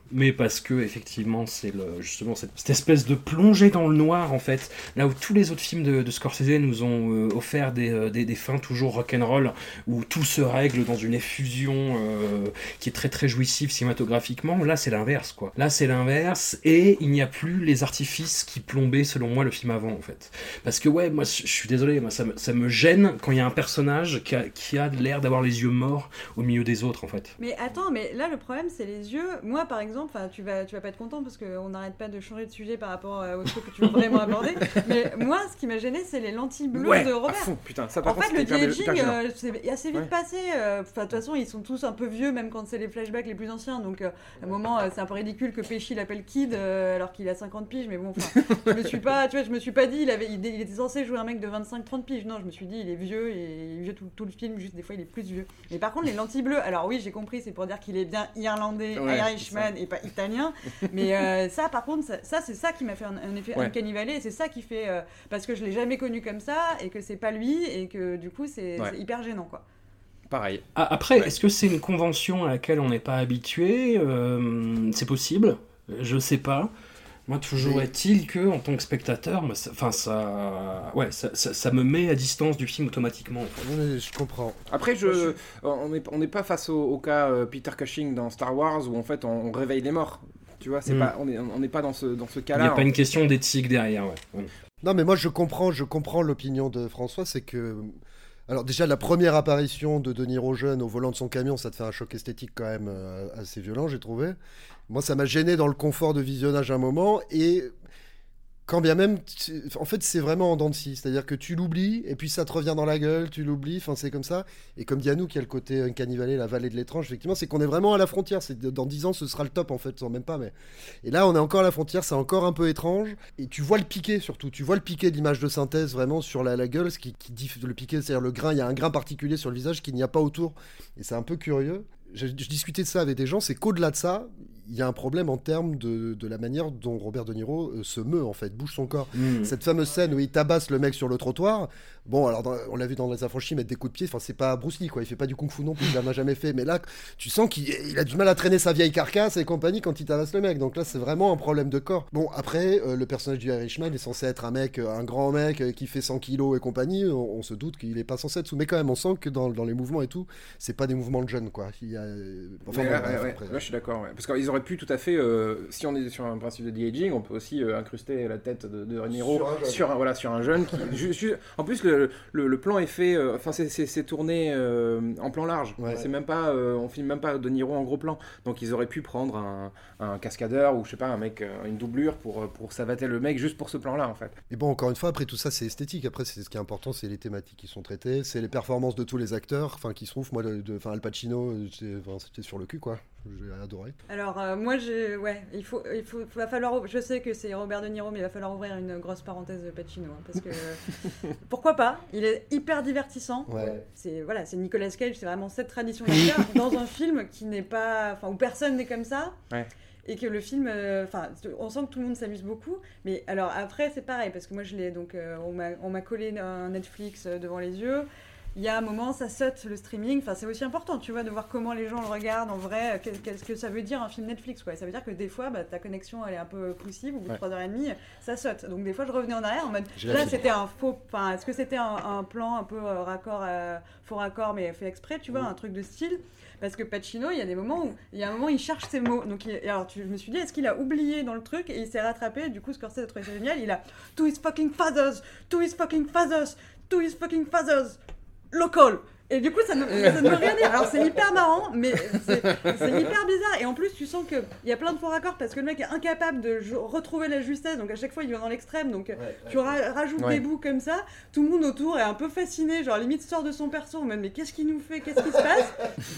mais parce que effectivement c'est le, justement cette, cette espèce de plongée dans le noir en fait, là où tous les autres films de, de Scorsese nous ont euh, offert des, euh, des, des fins toujours rock'n'roll, où tout se règle dans une effusion euh, qui est très très jouissive cinématographiquement. Là c'est l'inverse quoi, là c'est l'inverse, et il n'y a plus les artifices qui plombaient selon moi le film avant en fait, parce que ouais, moi je suis désolé, moi ça me, ça me gêne quand il y a un personnage qui a, qui a l'air d'avoir les yeux morts au milieu des autres en fait. Mais attends, mais là le problème c'est les yeux. Moi par exemple, enfin tu vas tu vas pas être content parce qu'on n'arrête pas de changer de sujet par rapport au truc que tu veux vraiment aborder, mais moi ce qui m'a gêné c'est les lentilles bleues ouais, de Robert. À fond, putain, ça par en contre, fait le de-aging euh, c'est assez vite ouais. passé, euh, enfin de toute façon ils sont tous un peu vieux même quand c'est les flashbacks les plus anciens, donc euh, à un moment euh, c'est un peu ridicule que Pesci l'appelle Kid euh, alors qu'il a cinquante piges, mais bon enfin je me suis pas, tu vois, je me suis pas dit il avait il, il était censé jouer un mec de vingt-cinq trente piges, non, je me suis dit il est vieux et il est vieux tout, tout le film, juste des fois il est plus vieux. Mais par contre les lentilles bleues, alors oui j'ai compris, c'est pour dire qu'il est bien irlandais, ouais, Irishman et pas italien, mais euh, ça par contre ça, ça c'est ça qui m'a fait un, un effet ouais. uncanny valley, et c'est ça qui fait euh, parce que je l'ai jamais connu comme ça et que c'est pas lui et que du coup c'est, ouais. c'est hyper gênant quoi. Pareil. Après, ouais. Est-ce que c'est une convention à laquelle on n'est pas habitué ? euh, C'est possible, je sais pas. Moi, toujours oui. est-il que, en tant que spectateur, enfin ça, ouais, ça, ça, ça me met à distance du film automatiquement. En fait. Oui, je comprends. Après, je, on n'est on n'est pas face au, au cas euh, Peter Cushing dans Star Wars où en fait on, on réveille les morts. Tu vois, c'est mm. pas, on n'est on est pas dans ce dans ce cas-là. Il n'y a pas en... une question d'éthique derrière, ouais. ouais. Non, mais moi je comprends, je comprends l'opinion de François, c'est que. Alors déjà, la première apparition de De Niro jeune au volant de son camion, ça te fait un choc esthétique quand même euh, assez violent, j'ai trouvé. Moi, ça m'a gêné dans le confort de visionnage un moment, et quand bien même, en fait, c'est vraiment en dents de scie. C'est-à-dire que tu l'oublies, et puis ça te revient dans la gueule, tu l'oublies, enfin c'est comme ça. Et comme dit Anouk, il y a le côté Uncanny Valley, la vallée de l'étrange, effectivement, c'est qu'on est vraiment à la frontière. C'est, dans dix ans, ce sera le top, en fait, sans même pas. Mais... Et là, on est encore à la frontière, c'est encore un peu étrange. Et tu vois le piqué, surtout. Tu vois le piqué de l'image de synthèse, vraiment, sur la, la gueule, ce qui, qui dit le piqué, c'est-à-dire le grain, il y a un grain particulier sur le visage qu'il n'y a pas autour. Et c'est un peu curieux. Je, je discutais de ça avec des gens, c'est qu'au-delà de ça, il y a un problème en termes de, de la manière dont Robert De Niro euh, se meut, en fait, bouge son corps. Mmh. Cette fameuse scène où il tabasse le mec sur le trottoir, bon, alors dans, on l'a vu dans Les Affranchis mettre des coups de pied, enfin c'est pas Bruce Lee, quoi, il fait pas du kung-fu non plus, il en a jamais fait, mais là, tu sens qu'il il a du mal à traîner sa vieille carcasse et compagnie quand il tabasse le mec, donc là c'est vraiment un problème de corps. Bon, après, euh, le personnage du Irishman est censé être un mec, un grand mec euh, qui fait cent kilos et compagnie, on, on se doute qu'il est pas censé être sous, mais quand même, on sent que dans, dans les mouvements et tout, c'est pas des mouvements de jeunes, quoi. Il y a... Enfin, ouais, ouais, ouais, ouais. Là je suis d'accord, ouais. Parce qu'ils auraient pu tout à fait... Euh... Si on est sur un principe de de-aging, on peut aussi euh, incruster la tête de, de Niro sur un, sur un, voilà, sur un jeune qui... ju, ju, en plus, le, le, le plan est fait... Enfin, euh, c'est, c'est, c'est tourné euh, en plan large. Ouais. C'est même pas... Euh, on filme même pas De Niro en gros plan. Donc, ils auraient pu prendre un, un cascadeur ou, je sais pas, un mec, une doublure pour, pour savater le mec juste pour ce plan-là, en fait. Mais bon, encore une fois, après tout ça, c'est esthétique. Après, c'est, ce qui est important, c'est les thématiques qui sont traitées. C'est les performances de tous les acteurs, enfin, qui se trouvent. Moi, de, de, Al Pacino, enfin, c'était sur le cul, quoi. J'ai adoré. Alors euh, moi j'ai ouais il faut il faut va falloir, je sais que c'est Robert De Niro mais il va falloir ouvrir une grosse parenthèse de Pacino hein, parce que pourquoi pas, il est hyper divertissant. Ouais. C'est voilà, c'est Nicolas Cage, c'est vraiment cette tradition d'acteur dans un film qui n'est pas enfin où personne n'est comme ça. Ouais. Et que le film, enfin, euh, on sent que tout le monde s'amuse beaucoup. Mais alors après, c'est pareil parce que moi je l'ai donc, euh, on m'a on m'a collé un Netflix devant les yeux. Il y a un moment, ça saute le streaming. Enfin, c'est aussi important, tu vois, de voir comment les gens le regardent en vrai. Qu'est-ce que ça veut dire un film Netflix, quoi. Ça veut dire que des fois, bah, ta connexion, elle est un peu poussive. Au bout de trois heures trente, ça saute. Donc des fois, je revenais en arrière en mode. J'ai là, c'était un faux. Enfin, est-ce que c'était un, un plan un peu euh, raccord, euh, faux raccord, mais fait exprès, tu vois, mmh. un truc de style. Parce que Pacino, il y a des moments où il y a un moment, il cherche ses mots. Donc, il, alors, tu, je me suis dit, est-ce qu'il a oublié dans le truc et il s'est rattrapé. Du coup, Scorsese a trouvé ça génial. Il a to his fucking fathers, to his fucking fathers, to his fucking fathers. Local. Et du coup, ça ne, ça ne veut rien dire. Alors, c'est hyper marrant, mais c'est, c'est hyper bizarre. Et en plus, tu sens qu'il y a plein de faux raccords parce que le mec est incapable de ju- retrouver la justesse. Donc, à chaque fois, il va dans l'extrême. Donc, ouais, tu ra- rajoutes ouais. des bouts comme ça. Tout le monde autour est un peu fasciné. Genre, limite, sort de son perso. Même, mais qu'est-ce qu'il nous fait ? Qu'est-ce qui se passe ?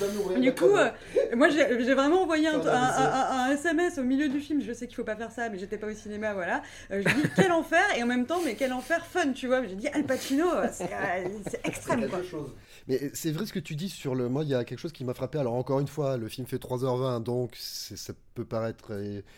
Du coup, euh, moi, j'ai, j'ai vraiment envoyé un, un, un, un S M S au milieu du film. Je sais qu'il faut pas faire ça, mais j'étais pas au cinéma, voilà. Euh, je dis, quel enfer ! Et en même temps, mais quel enfer fun, tu vois. J'ai dit, Al Pacino, c'est, euh, c'est extrême, quoi. Mais c'est vrai ce que tu dis sur le... Moi, il y a quelque chose qui m'a frappé. Alors, encore une fois, le film fait trois heures vingt, donc ça peut paraître é-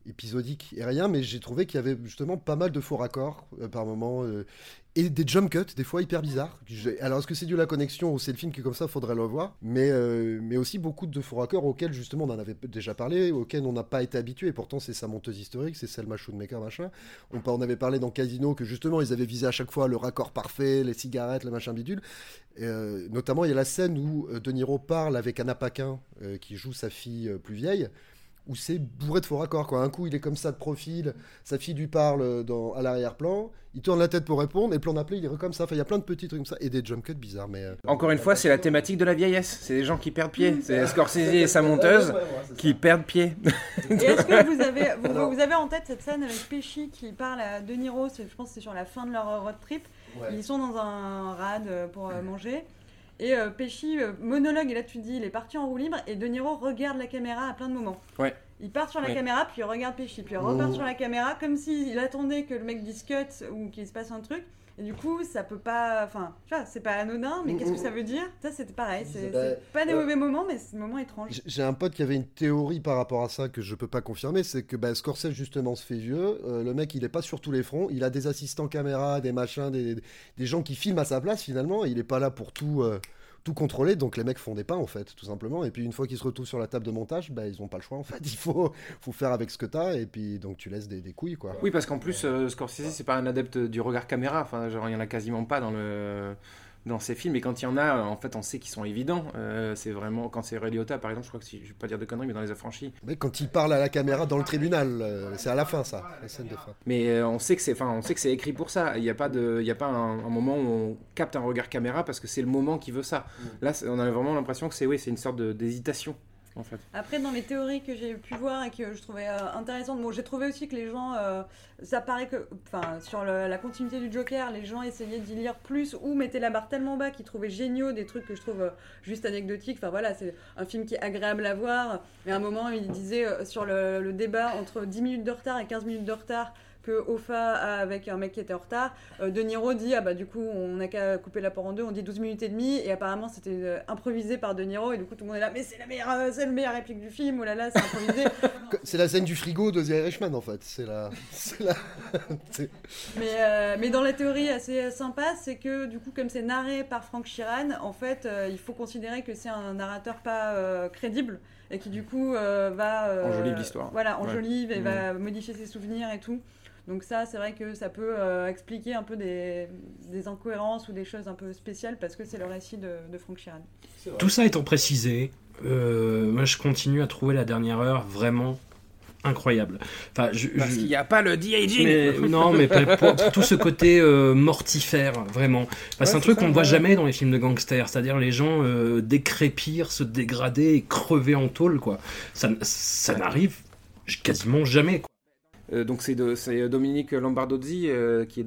épisodique et rien, mais j'ai trouvé qu'il y avait justement pas mal de faux raccords euh, par moments euh, et des jump cuts des fois hyper bizarres. J'ai... Alors est-ce que c'est dû à la connexion ou c'est le film qui est comme ça, faudrait le voir, mais, euh, mais aussi beaucoup de faux raccords auxquels justement on en avait déjà parlé, auxquels on n'a pas été habitué, et pourtant c'est sa monteuse historique, c'est Selma Schoonmaker machin. On, on avait parlé dans Casino que justement ils avaient visé à chaque fois le raccord parfait, les cigarettes, le machin bidule. Et, euh, notamment il y a la scène où euh, De Niro parle avec Anna Paquin euh, qui joue sa fille euh, plus vieille, où c'est bourré de faux raccords, quoi. Un coup, il est comme ça de profil, sa fille lui parle dans, à l'arrière-plan, il tourne la tête pour répondre, et le plan d'après, il est comme ça. Enfin, il y a plein de petits trucs comme ça, et des jump cuts bizarres. Mais, euh... Encore une fois, c'est la thématique de la vieillesse. C'est les gens qui perdent pied. C'est Scorsese et sa monteuse qui perdent pied. Et est-ce que vous avez, vous, vous avez en tête cette scène avec Pesci qui parle à De Niro, je pense que c'est sur la fin de leur road trip, ouais. Ils sont dans un rad pour euh, manger. Et euh, Pesci, euh, monologue, et là tu te dis, il est parti en roue libre, et De Niro regarde la caméra à plein de moments. Ouais. Il part sur la ouais. caméra, puis il regarde Pesci, puis il repart oh. sur la caméra, comme s'il attendait que le mec dise cut ou qu'il se passe un truc. Et du coup, ça peut pas... Enfin, tu vois, c'est pas anodin, mais mmh, qu'est-ce que ça veut dire ? Ça, c'était pareil. C'est, bah, c'est pas des euh, mauvais moments, mais c'est des moments étranges. J'ai un pote qui avait une théorie par rapport à ça que je peux pas confirmer, c'est que bah, Scorsese, justement, se fait vieux. Euh, le mec, il est pas sur tous les fronts. Il a des assistants caméra, des machins, des, des gens qui filment à sa place, finalement. Il est pas là pour tout... Euh... tout contrôlé, donc les mecs font des pains en fait, tout simplement, et puis une fois qu'ils se retrouvent sur la table de montage, bah, ils ont pas le choix en fait, il faut, faut faire avec ce que t'as, et puis donc tu laisses des, des couilles quoi. Oui, parce qu'en plus euh, Scorsese c'est pas un adepte du regard caméra, enfin genre il y en a quasiment pas dans le... dans ces films, et quand il y en a, en fait, on sait qu'ils sont évidents. Euh, c'est vraiment, quand c'est Ray Liotta, par exemple, je crois que si, je vais pas dire de conneries, mais dans Les Affranchis. Mais quand il parle à la caméra dans le tribunal, euh, c'est à la fin, ça, la scène de fin. Mais euh, on sait que c'est, enfin, on sait que c'est écrit pour ça. Il n'y a pas de, il y a pas un, un moment où on capte un regard caméra parce que c'est le moment qui veut ça. Mmh. Là, on a vraiment l'impression que c'est, oui, c'est une sorte de, d'hésitation. En fait. Après, dans les théories que j'ai pu voir et que je trouvais euh, intéressantes, bon, j'ai trouvé aussi que les gens, euh, ça paraît que, enfin, sur le, la continuité du Joker, les gens essayaient d'y lire plus ou mettaient la barre tellement bas qu'ils trouvaient géniaux des trucs que je trouve euh, juste anecdotiques. Enfin voilà, c'est un film qui est agréable à voir. Mais à un moment, il disait euh, sur le, le débat entre dix minutes de retard et quinze minutes de retard que Hoffa a avec un mec qui était en retard. Euh, De Niro dit ah bah du coup on n'a qu'à couper la part en deux, on dit douze minutes et demie, et apparemment c'était euh, improvisé par De Niro, et du coup tout le monde est là mais c'est la meilleure, euh, c'est le meilleure réplique du film, oh là là c'est improvisé. C'est la scène du frigo de The Irishman en fait, c'est la... c'est la... c'est... Mais, euh, mais dans la théorie assez sympa, c'est que du coup comme c'est narré par Frank Sheeran, en fait euh, il faut considérer que c'est un narrateur pas euh, crédible, et qui du coup euh, va... Euh, enjolive l'histoire. Voilà, enjolive ouais. et mmh. va modifier ses souvenirs et tout. Donc ça, c'est vrai que ça peut euh, expliquer un peu des, des incohérences ou des choses un peu spéciales, parce que c'est le récit de, de Frank Sheeran. Tout ça étant précisé, euh, moi je continue à trouver la dernière heure vraiment incroyable. Enfin, je, parce je... qu'il n'y a pas le de-aging. Mais, non, mais pour, pour tout ce côté euh, mortifère, vraiment. Enfin, ouais, c'est un truc ça, qu'on ne voit ouais. jamais dans les films de gangsters, c'est-à-dire les gens euh, décrépir, se dégrader et crever en tôle, quoi. Ça, ça ouais. n'arrive quasiment jamais, quoi. Euh, donc c'est, de, c'est Dominique Lombardozzi euh, qui, est,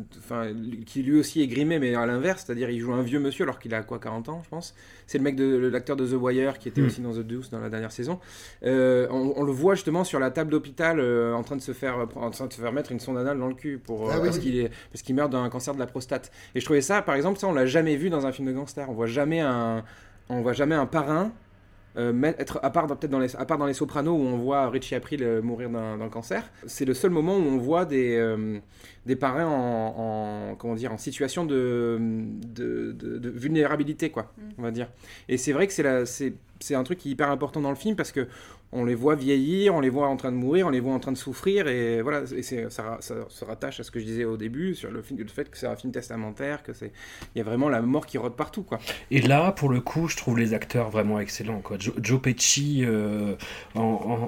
qui lui aussi est grimé, mais à l'inverse, c'est-à-dire il joue un vieux monsieur alors qu'il a quoi, quarante ans je pense. C'est le mec de l'acteur de The Wire qui était mmh. aussi dans The Deuce dans la dernière saison. Euh, on, on le voit justement sur la table d'hôpital euh, en train de se faire en train de se faire mettre une sonde anale dans le cul pour, ah, euh, oui, parce, oui. Qu'il est, parce qu'il meurt d'un cancer de la prostate. Et je trouvais ça, par exemple, ça on l'a jamais vu dans un film de gangster. On voit jamais un, on voit jamais un parrain. Euh, être à part dans, peut-être dans les à part dans les Sopranos où on voit Richie Aprile euh, mourir d'un, d'un cancer, c'est le seul moment où on voit des euh, des parrains en, en comment dire en situation de de, de, de vulnérabilité quoi, mm. on va dire. Et c'est vrai que c'est la c'est c'est un truc qui est hyper important dans le film parce que on les voit vieillir, on les voit en train de mourir, on les voit en train de souffrir, et voilà, et c'est, ça, ça se rattache à ce que je disais au début sur le, film, le fait que c'est un film testamentaire, que c'est, il y a vraiment la mort qui rôde partout, quoi. Et là, pour le coup, je trouve les acteurs vraiment excellents, quoi. Joe, Joe Pesci euh, en,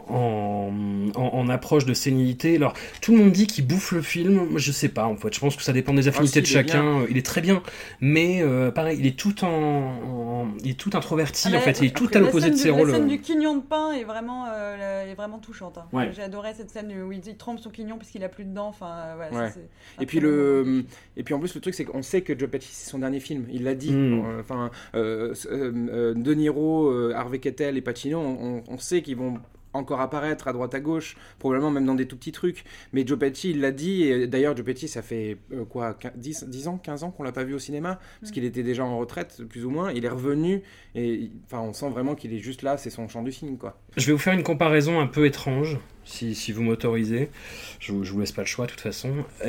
en, en, en approche de sénilité. Alors, tout le monde dit qu'il bouffe le film. Moi, je sais pas, en fait. Je pense que ça dépend des affinités ah, si, de chacun. Il est très bien, mais euh, pareil, il est tout en, en il est tout introverti, ah, en fait. Il est tout à l'opposé de ses rôles. La scène du quignon de pain est vraiment Euh, est vraiment touchante. Hein. Ouais. J'ai adoré cette scène où il, il trempe son quignon parce qu'il a plus de dents. Enfin, ouais, ouais. c'est, c'est et puis le, et puis en plus le truc c'est qu'on sait que Joe Pesci c'est son dernier film. Il l'a dit. Mm. Enfin, euh, euh, euh, De Niro, euh, Harvey Keitel et Pacino, on, on sait qu'ils vont encore apparaître à droite à gauche, probablement même dans des tout petits trucs, mais Joe Pesci il l'a dit, et d'ailleurs Joe Pesci ça fait euh, quoi dix, dix ans, quinze ans qu'on l'a pas vu au cinéma, parce mmh. qu'il était déjà en retraite plus ou moins, il est revenu, et enfin on sent vraiment qu'il est juste là, c'est son champ du film quoi. Je vais vous faire une comparaison un peu étrange, si, si vous m'autorisez. Je, je vous laisse pas le choix de toute façon.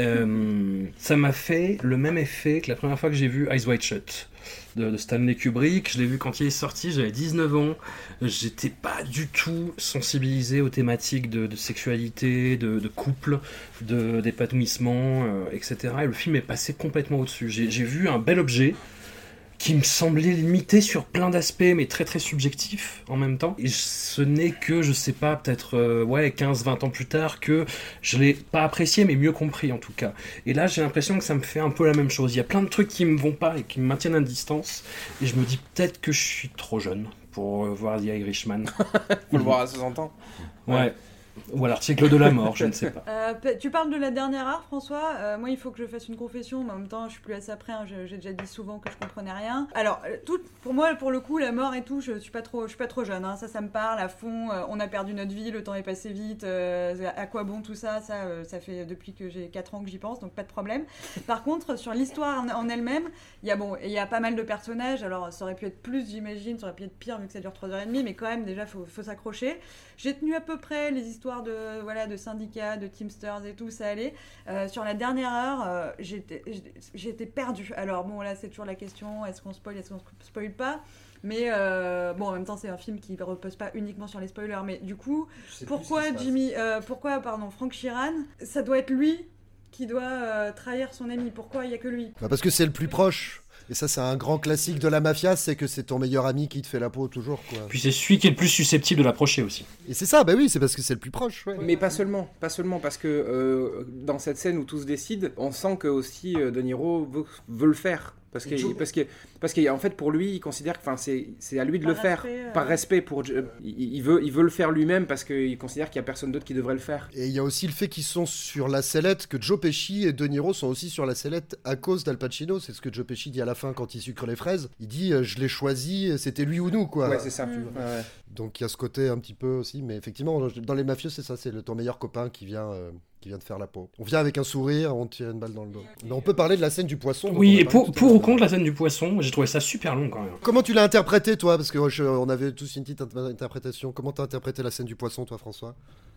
Euh, ça m'a fait le même effet que la première fois que j'ai vu Eyes Wide Shut de, de Stanley Kubrick. Je l'ai vu quand il est sorti, j'avais dix-neuf ans. J'étais pas du tout sensibilisé aux thématiques de, de sexualité, de, de couple, de, d'épanouissement, euh, et cetera. Et le film est passé complètement au-dessus. J'ai, j'ai vu un bel objet qui me semblait limité sur plein d'aspects, mais très très subjectif en même temps. Et ce n'est que, je sais pas, peut-être euh, ouais, quinze vingt ans plus tard, que je l'ai pas apprécié, mais mieux compris en tout cas. Et là, j'ai l'impression que ça me fait un peu la même chose. Il y a plein de trucs qui me vont pas et qui me maintiennent à distance, et je me dis peut-être que je suis trop jeune pour euh, voir The Irishman. Faut le voir à soixante ans. Ouais. ouais. Ou à l'article de la mort, je ne sais pas. Euh, tu parles de la dernière heure, François. Euh, moi, il faut que je fasse une confession, mais en même temps, je suis plus assez après. Hein, j'ai déjà dit souvent que je comprenais rien. Alors, tout, pour moi, pour le coup, la mort et tout, je suis pas trop, je suis pas trop jeune. Hein, ça, ça me parle à fond. Euh, on a perdu notre vie, le temps est passé vite. Euh, à quoi bon tout ça Ça, euh, ça fait depuis que j'ai quatre ans que j'y pense, donc pas de problème. Par contre, sur l'histoire en, en elle-même, il y a bon, il y a pas mal de personnages. Alors, ça aurait pu être plus, j'imagine, ça aurait pu être pire vu que ça dure trois heures trente, mais quand même, déjà, faut, faut s'accrocher. J'ai tenu à peu près les histoires de, voilà, de syndicats, de Teamsters et tout, ça allait. Euh, sur la dernière heure, euh, j'étais, j'étais perdue. Alors bon, là, c'est toujours la question, est-ce qu'on spoil, est-ce qu'on spoil pas ? Mais euh, bon, en même temps, c'est un film qui ne repose pas uniquement sur les spoilers. Mais du coup, pourquoi Jimmy, euh, pourquoi, pardon, Frank Sheeran, ça doit être lui qui doit euh, trahir son ami ? Pourquoi il n'y a que lui ? Bah parce que c'est le plus proche. Et ça, c'est un grand classique de la mafia, c'est que c'est ton meilleur ami qui te fait la peau toujours, quoi. Puis c'est celui qui est le plus susceptible de l'approcher aussi. Et c'est ça, bah oui, c'est parce que c'est le plus proche. Ouais. Mais pas seulement, pas seulement, parce que euh, dans cette scène où tout se décide, on sent que aussi euh, De Niro veut, veut le faire. Parce que, parce que, parce qu'en fait, pour lui, il considère que c'est, c'est à lui de par le faire, respect, euh... par respect. Pour, il, il, veut, il veut le faire lui-même parce qu'il considère qu'il n'y a personne d'autre qui devrait le faire. Et il y a aussi le fait qu'ils sont sur la sellette, que Joe Pesci et De Niro sont aussi sur la sellette à cause d'Al Pacino. C'est ce que Joe Pesci dit à la fin quand il sucre les fraises. Il dit, je l'ai choisi, c'était lui ou nous, quoi. Ouais, c'est ça. Mmh. Tu vois. Ouais. Donc il y a ce côté un petit peu aussi. Mais effectivement, dans les mafieux, c'est ça, c'est le, ton meilleur copain qui vient... Euh... qui vient de faire la peau. On vient avec un sourire, on tire une balle dans le dos. Mais on peut parler de la scène du poisson. Oui, et pour, pour ou contre la scène du poisson, j'ai trouvé ça super long quand même. Comment tu l'as interprété, toi ? Parce que je, on avait tous une petite interprétation. Comment t'as interprété la scène du poisson, toi, François ?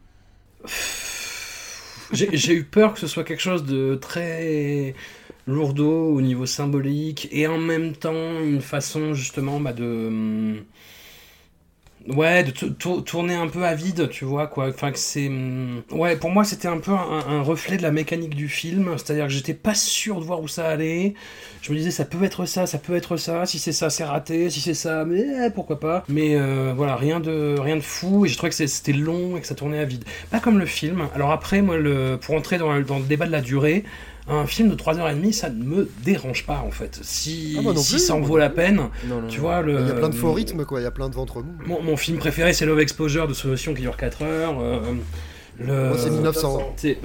j'ai, j'ai eu peur que ce soit quelque chose de très lourdeau au niveau symbolique, et en même temps une façon justement bah, de... Ouais, de t- t- tourner un peu à vide, tu vois, quoi. Enfin, que c'est... Ouais, pour moi, c'était un peu un, un reflet de la mécanique du film. C'est-à-dire que j'étais pas sûr de voir où ça allait. Je me disais, ça peut être ça, ça peut être ça. Si c'est ça, c'est raté. Si c'est ça, mais pourquoi pas. Mais euh, voilà, rien de, rien de fou. Et je trouvais que c'était long et que ça tournait à vide. Pas comme le film. Alors après, moi, le, pour entrer dans, dans le débat de la durée... Un film de trois heures trente, ça ne me dérange pas en fait. Si, ah, si ça en vaut la peine, non, non, tu non. vois. Le, il y a plein de faux rythmes, quoi. Il y a plein de ventre mou. Mon, mon film préféré, c'est Love Exposure de Solution qui dure quatre heures. Euh, le... Moi, c'est mille neuf cents. C'est...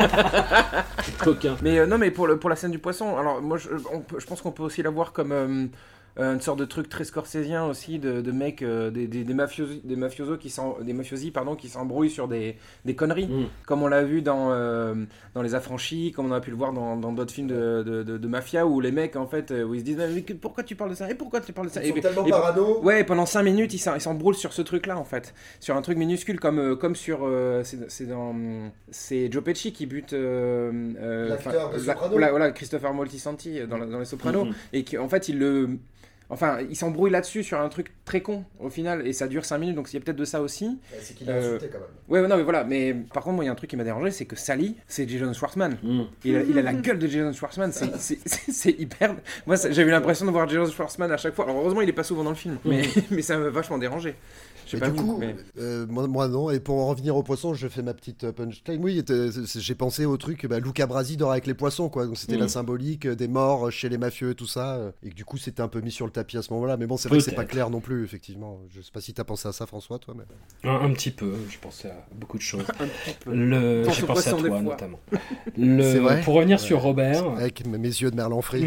Coquin. Mais euh, non, mais pour, le, pour la scène du poisson, alors moi, je, on peut, je pense qu'on peut aussi la voir comme. Euh, une sorte de truc très scorsésien aussi de, de mecs euh, des, des, des mafiosi des mafiosos qui s'en, des mafiosi pardon qui s'embrouillent sur des, des conneries mm. comme on l'a vu dans euh, dans Les Affranchis, comme on a pu le voir dans, dans d'autres films de, de, de, de mafia où les mecs en fait où ils se disent mais pourquoi tu parles de ça et pourquoi tu parles de ça ils et, sont tellement et, parano. Ouais, pendant cinq minutes ils s'embrouillent sur ce truc là en fait, sur un truc minuscule comme comme sur euh, c'est, c'est dans c'est Joe Pesci qui bute euh, euh, l'acteur de la, Soprano. Voilà, voilà Christopher Moltisanti dans, dans Les Sopranos mm-hmm. et qui en fait il le Enfin, il s'embrouille là-dessus sur un truc très con au final, et ça dure cinq minutes, donc il y a peut-être de ça aussi. Ouais, c'est qu'il a euh... insulté quand même. Ouais, non, mais voilà. Mais par contre, moi, il y a un truc qui m'a dérangé, c'est que Sally, c'est Jason Schwartzman. Mm. Il, a, il a la gueule de Jason Schwartzman, c'est, c'est, c'est, c'est hyper. Moi, j'ai eu l'impression de voir Jason Schwartzman à chaque fois. Alors, heureusement, il est pas souvent dans le film, mais, mm. mais ça m'a vachement dérangé. Mais du vous, coup, mais... Euh, moi, moi non. Et pour en revenir au poisson, je fais ma petite punchline. Oui, j'ai pensé au truc, bah, Luca Brasi dort avec les poissons, quoi. Donc c'était mmh. la symbolique des morts chez les mafieux, tout ça. Et que du coup, c'était un peu mis sur le tapis à ce moment-là. Mais bon, c'est vrai que c'est pas clair non plus, effectivement. Je sais pas si t'as pensé à ça, François, toi. Mais... Un, un petit peu. Je pensais à beaucoup de choses. Le... J'ai pensé à toi, notamment. Le... Vrai pour revenir ouais. sur Robert. Avec mes yeux de merlan frit.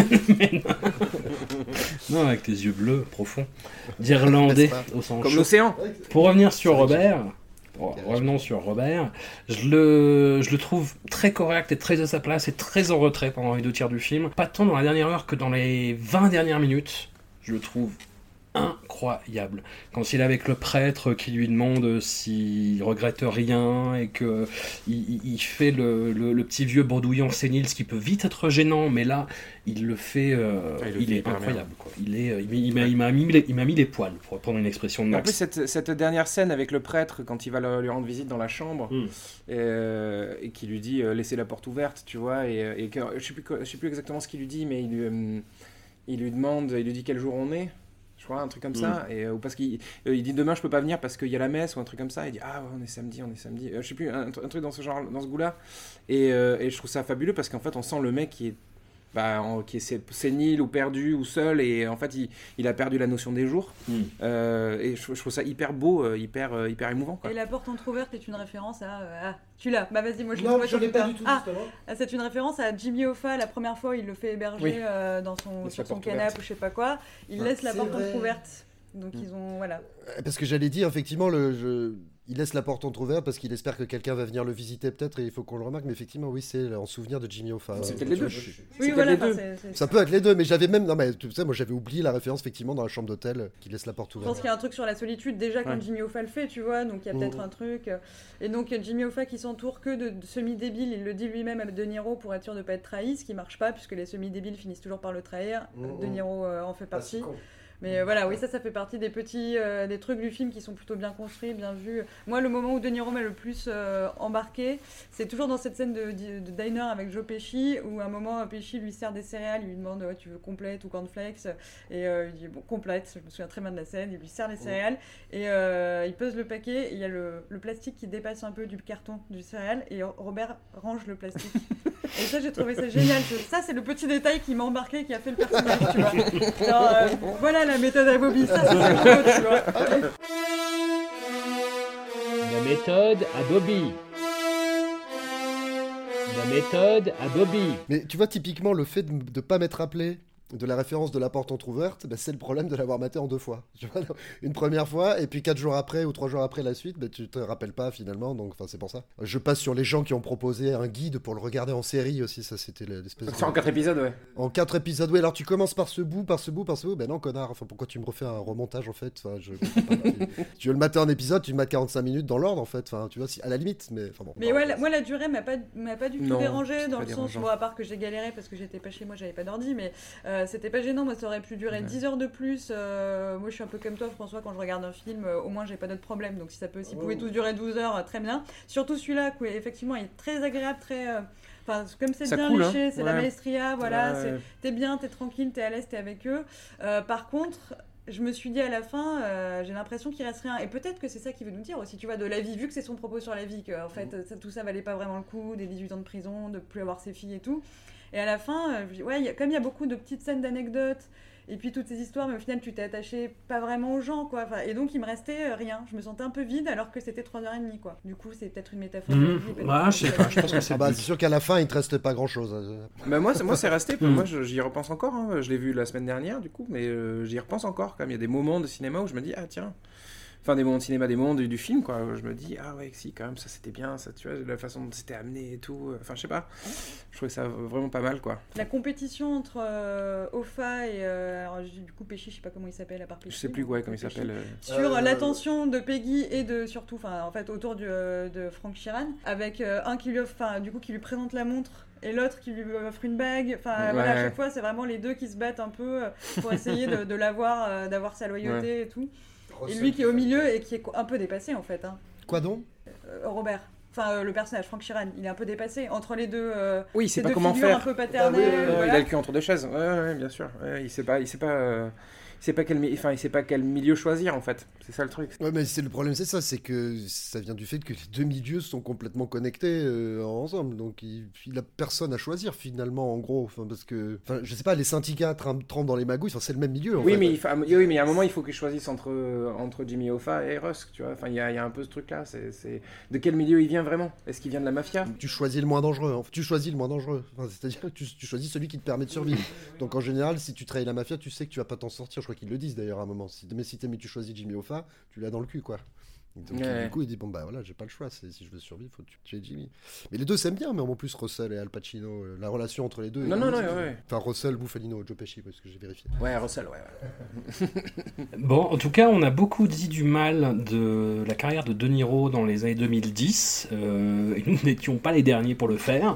Non, avec tes yeux bleus profonds, d'Irlandais au sens comme chaud. l'océan. Pour revenir sur Robert, bon, revenons sur Robert, je le, je le trouve très correct et très à sa place et très en retrait pendant les deux tiers du film. Pas tant dans la dernière heure que dans les vingt dernières minutes. Je le trouve incroyable. Quand il est avec le prêtre qui lui demande s'il regrette rien et que il, il fait le, le, le petit vieux bredouillant sénile, ce qui peut vite être gênant, mais là il le fait, euh, ah, il, le il fait est incroyable. Quoi. Il est, il, il, m'a, il, m'a mis les, il m'a mis les poils, pour reprendre une expression de Max. En plus, cette, cette dernière scène avec le prêtre quand il va le, lui rendre visite dans la chambre mm. et, et qui lui dit euh, laissez la porte ouverte, tu vois, et, et que, je sais plus, je sais plus exactement ce qu'il lui dit, mais il lui, euh, il lui demande, il lui dit quel jour on est. Je crois, un truc comme mmh. ça, et, euh, ou parce qu'il euh, il dit demain je peux pas venir parce qu'il y a la messe ou un truc comme ça, il dit ah ouais, on est samedi, on est samedi, euh, je sais plus, un, un truc dans ce genre, dans ce goût-là, et, euh, et je trouve ça fabuleux parce qu'en fait on sent le mec qui est, bah, en, qui est sénile ou perdu ou seul, et en fait il, il a perdu la notion des jours, mmh. euh, et je, je trouve ça hyper beau, euh, hyper, euh, hyper émouvant. Quoi. Et la porte entrouverte est une référence à... Euh, ah, tu l'as, bah vas-y, moi je l'ai Non, je l'ai pas du tout, ah, c'est une référence à Jimmy Hoffa, la première fois il le fait héberger oui. euh, dans son, sur son canapé ou je sais pas quoi, il ouais, laisse la porte vrai. entrouverte. Donc mmh. ils ont voilà. Parce que j'allais dire effectivement le je... il laisse la porte entrouverte parce qu'il espère que quelqu'un va venir le visiter peut-être et il faut qu'on le remarque, mais effectivement oui c'est en souvenir de Jimmy Hoffa. C'est peut-être les deux. Je... Oui c'est voilà. Les deux. C'est, c'est... Ça peut être les deux, mais j'avais même non mais tu sais moi j'avais oublié la référence effectivement dans la chambre d'hôtel qui laisse la porte ouverte. Je pense qu'il y a un truc sur la solitude déjà quand ouais. Jimmy Hoffa le fait, tu vois, donc il y a peut-être mmh. un truc. Et donc Jimmy Hoffa qui s'entoure que de, de semi-débiles, il le dit lui-même à De Niro pour être sûr de pas être trahi, ce qui marche pas puisque les semi-débiles finissent toujours par le trahir. Mmh. De Niro euh, en fait partie. Mais euh, voilà, oui, ça, ça fait partie des petits, euh, des trucs du film qui sont plutôt bien construits, bien vus. Moi, le moment où De Niro m'a le plus euh, embarqué, c'est toujours dans cette scène de, de, de diner avec Joe Pesci, où à un moment, Pesci lui sert des céréales, il lui demande ouais, tu veux complète ou cornflakes, et euh, il dit bon, complète, je me souviens très bien de la scène, il lui sert les céréales, et euh, il pose le paquet, et il y a le, le plastique qui dépasse un peu du carton du céréale, et Robert range le plastique. Et ça, j'ai trouvé ça génial. Ça, c'est le petit détail qui m'a embarqué, qui a fait le personnage, tu vois. Alors, euh, voilà la méthode à Bobby, ça, c'est ça que tu vois. La méthode à Bobby. La méthode à Bobby. Mais tu vois, typiquement, le fait de ne pas m'être rappelé de la référence de la porte entrouverte, bah, c'est le problème de l'avoir maté en deux fois. Tu vois, une première fois, et puis quatre jours après ou trois jours après la suite, bah, tu te rappelles pas finalement, donc c'est pour ça. Je passe sur les gens qui ont proposé un guide pour le regarder en série aussi, ça c'était l'espèce C'est de... en quatre épisodes, ouais. En quatre épisodes, ouais, alors tu commences par ce bout, par ce bout, par ce bout, ben non connard, enfin pourquoi tu me refais un remontage en fait, enfin, je... tu... tu veux le mater en épisode, tu le mates quarante-cinq minutes dans l'ordre en fait, enfin tu vois, si... à la limite, mais enfin bon. Mais ouais, la... moi la durée m'a pas, m'a pas du tout non, dérangé dans le sens, bon, à part que j'ai galéré parce que j'étais pas chez moi, j'avais pas d'ordi, mais euh, c'était pas gênant, moi ça aurait pu durer ouais. dix heures de plus. Euh, moi, je suis un peu comme toi, François, quand je regarde un film, euh, au moins, j'ai pas d'autres problèmes. Donc, si ça peut, s'ils oh. pouvaient tous durer douze heures, euh, très bien. Surtout celui-là, qui effectivement, il est très agréable, très. Enfin, euh, comme c'est ça bien cool, léché, hein. c'est ouais. la maestria, voilà. Ouais. C'est, t'es bien, t'es tranquille, t'es à l'aise, t'es avec eux. Euh, par contre. Je me suis dit à la fin, euh, j'ai l'impression qu'il reste rien. Et peut-être que c'est ça qu'il veut nous dire aussi, tu vois, de la vie, vu que c'est son propos sur la vie, que en fait, ça, tout ça valait pas vraiment le coup, des dix-huit ans de prison, de plus avoir ses filles et tout. Et à la fin, euh, ouais, y a, comme il y a beaucoup de petites scènes d'anecdotes, et puis toutes ces histoires, mais au final, tu t'es attaché pas vraiment aux gens, quoi. Enfin, et donc, il me restait euh, rien. Je me sentais un peu vide, alors que c'était trois heures trente, quoi. Du coup, c'est peut-être une métaphore. Mmh. De vie, ouais, je sais pas, je pense que c'est... Ah bah, c'est sûr qu'à la fin, il te reste pas grand-chose. Bah moi, c'est, moi, c'est resté. Mmh. Moi, j'y repense encore. Hein. Je l'ai vu la semaine dernière, du coup, mais euh, j'y repense encore, quand même. Il y a des moments de cinéma où je me dis, ah tiens... Enfin, des moments de cinéma, des moments du, du film, quoi. Je me dis, ah ouais, si, quand même, ça c'était bien, ça, tu vois, la façon dont c'était amené et tout. Enfin, je sais pas. Je trouvais ça vraiment pas mal, quoi. La compétition entre euh, Hoffa et. Euh, alors, du coup, Pesci, je sais pas comment il s'appelle, à part Pesci. Je sais plus, ouais, comment il s'appelle. Euh... Sur euh... l'attention de Peggy et de, surtout, enfin, en fait, autour du, euh, de Frank Sheeran, avec euh, un qui lui offre, enfin, du coup, qui lui présente la montre. Et l'autre qui lui offre une bague. Enfin, ouais. voilà, à chaque fois, c'est vraiment les deux qui se battent un peu pour essayer de, de l'avoir, euh, d'avoir sa loyauté ouais. et tout. Et lui qui est au milieu et qui est un peu dépassé en fait. Hein. Quoi donc euh, Robert. Enfin, euh, le personnage, Frank Sheeran, il est un peu dépassé entre les deux. Euh, oui, il sait pas deux comment faire. Un peu paternelles. Ah, oui, oui, oui. Voilà. Il a le cul entre deux chaises. Ouais, ouais, bien sûr. Ouais, il sait pas, il sait pas. Euh... Il sait pas quel, enfin, il sait pas quel milieu choisir en fait. C'est ça le truc. Ouais, mais c'est le problème, c'est ça, c'est que ça vient du fait que les deux milieux sont complètement connectés euh, ensemble. Donc il, il a personne à choisir finalement, en gros. Enfin, parce que, enfin, je sais pas, les syndicats trempent dans les magouilles. Enfin, c'est le même milieu. En oui, fait. mais il fa... oui, mais il y a un moment, il faut qu'ils choisissent entre entre Jimmy Hoffa et Rusk, tu vois. Enfin, il y a, il y a un peu ce truc-là. C'est, c'est... de quel milieu il vient vraiment ? Est-ce qu'il vient de la mafia ? Tu choisis le moins dangereux. Enfin, tu choisis le moins dangereux. Enfin, c'est-à-dire que tu, tu choisis celui qui te permet de survivre. Donc en général, si tu trahis la mafia, tu sais que tu vas pas t'en sortir. Je crois qu'ils le disent d'ailleurs. Moment. Si, mais si, mais tu choisis Jimmy Hoffa, tu l'as dans le cul, quoi. Donc Ouais. du coup, il dit bon bah voilà, j'ai pas le choix. C'est, si je veux survivre, faut tuer Jimmy. Mais les deux s'aiment bien, mais en plus Russell et Al Pacino, euh, la relation entre les deux. Non, est- non, non, ouais, ouais. Enfin Russell, Bufalino, Joe Pesci, parce que j'ai vérifié. Ouais, Russell, ouais. ouais. Bon, en tout cas, on a beaucoup dit du mal de la carrière de De Niro dans les années deux mille dix. Euh, et nous n'étions pas les derniers pour le faire.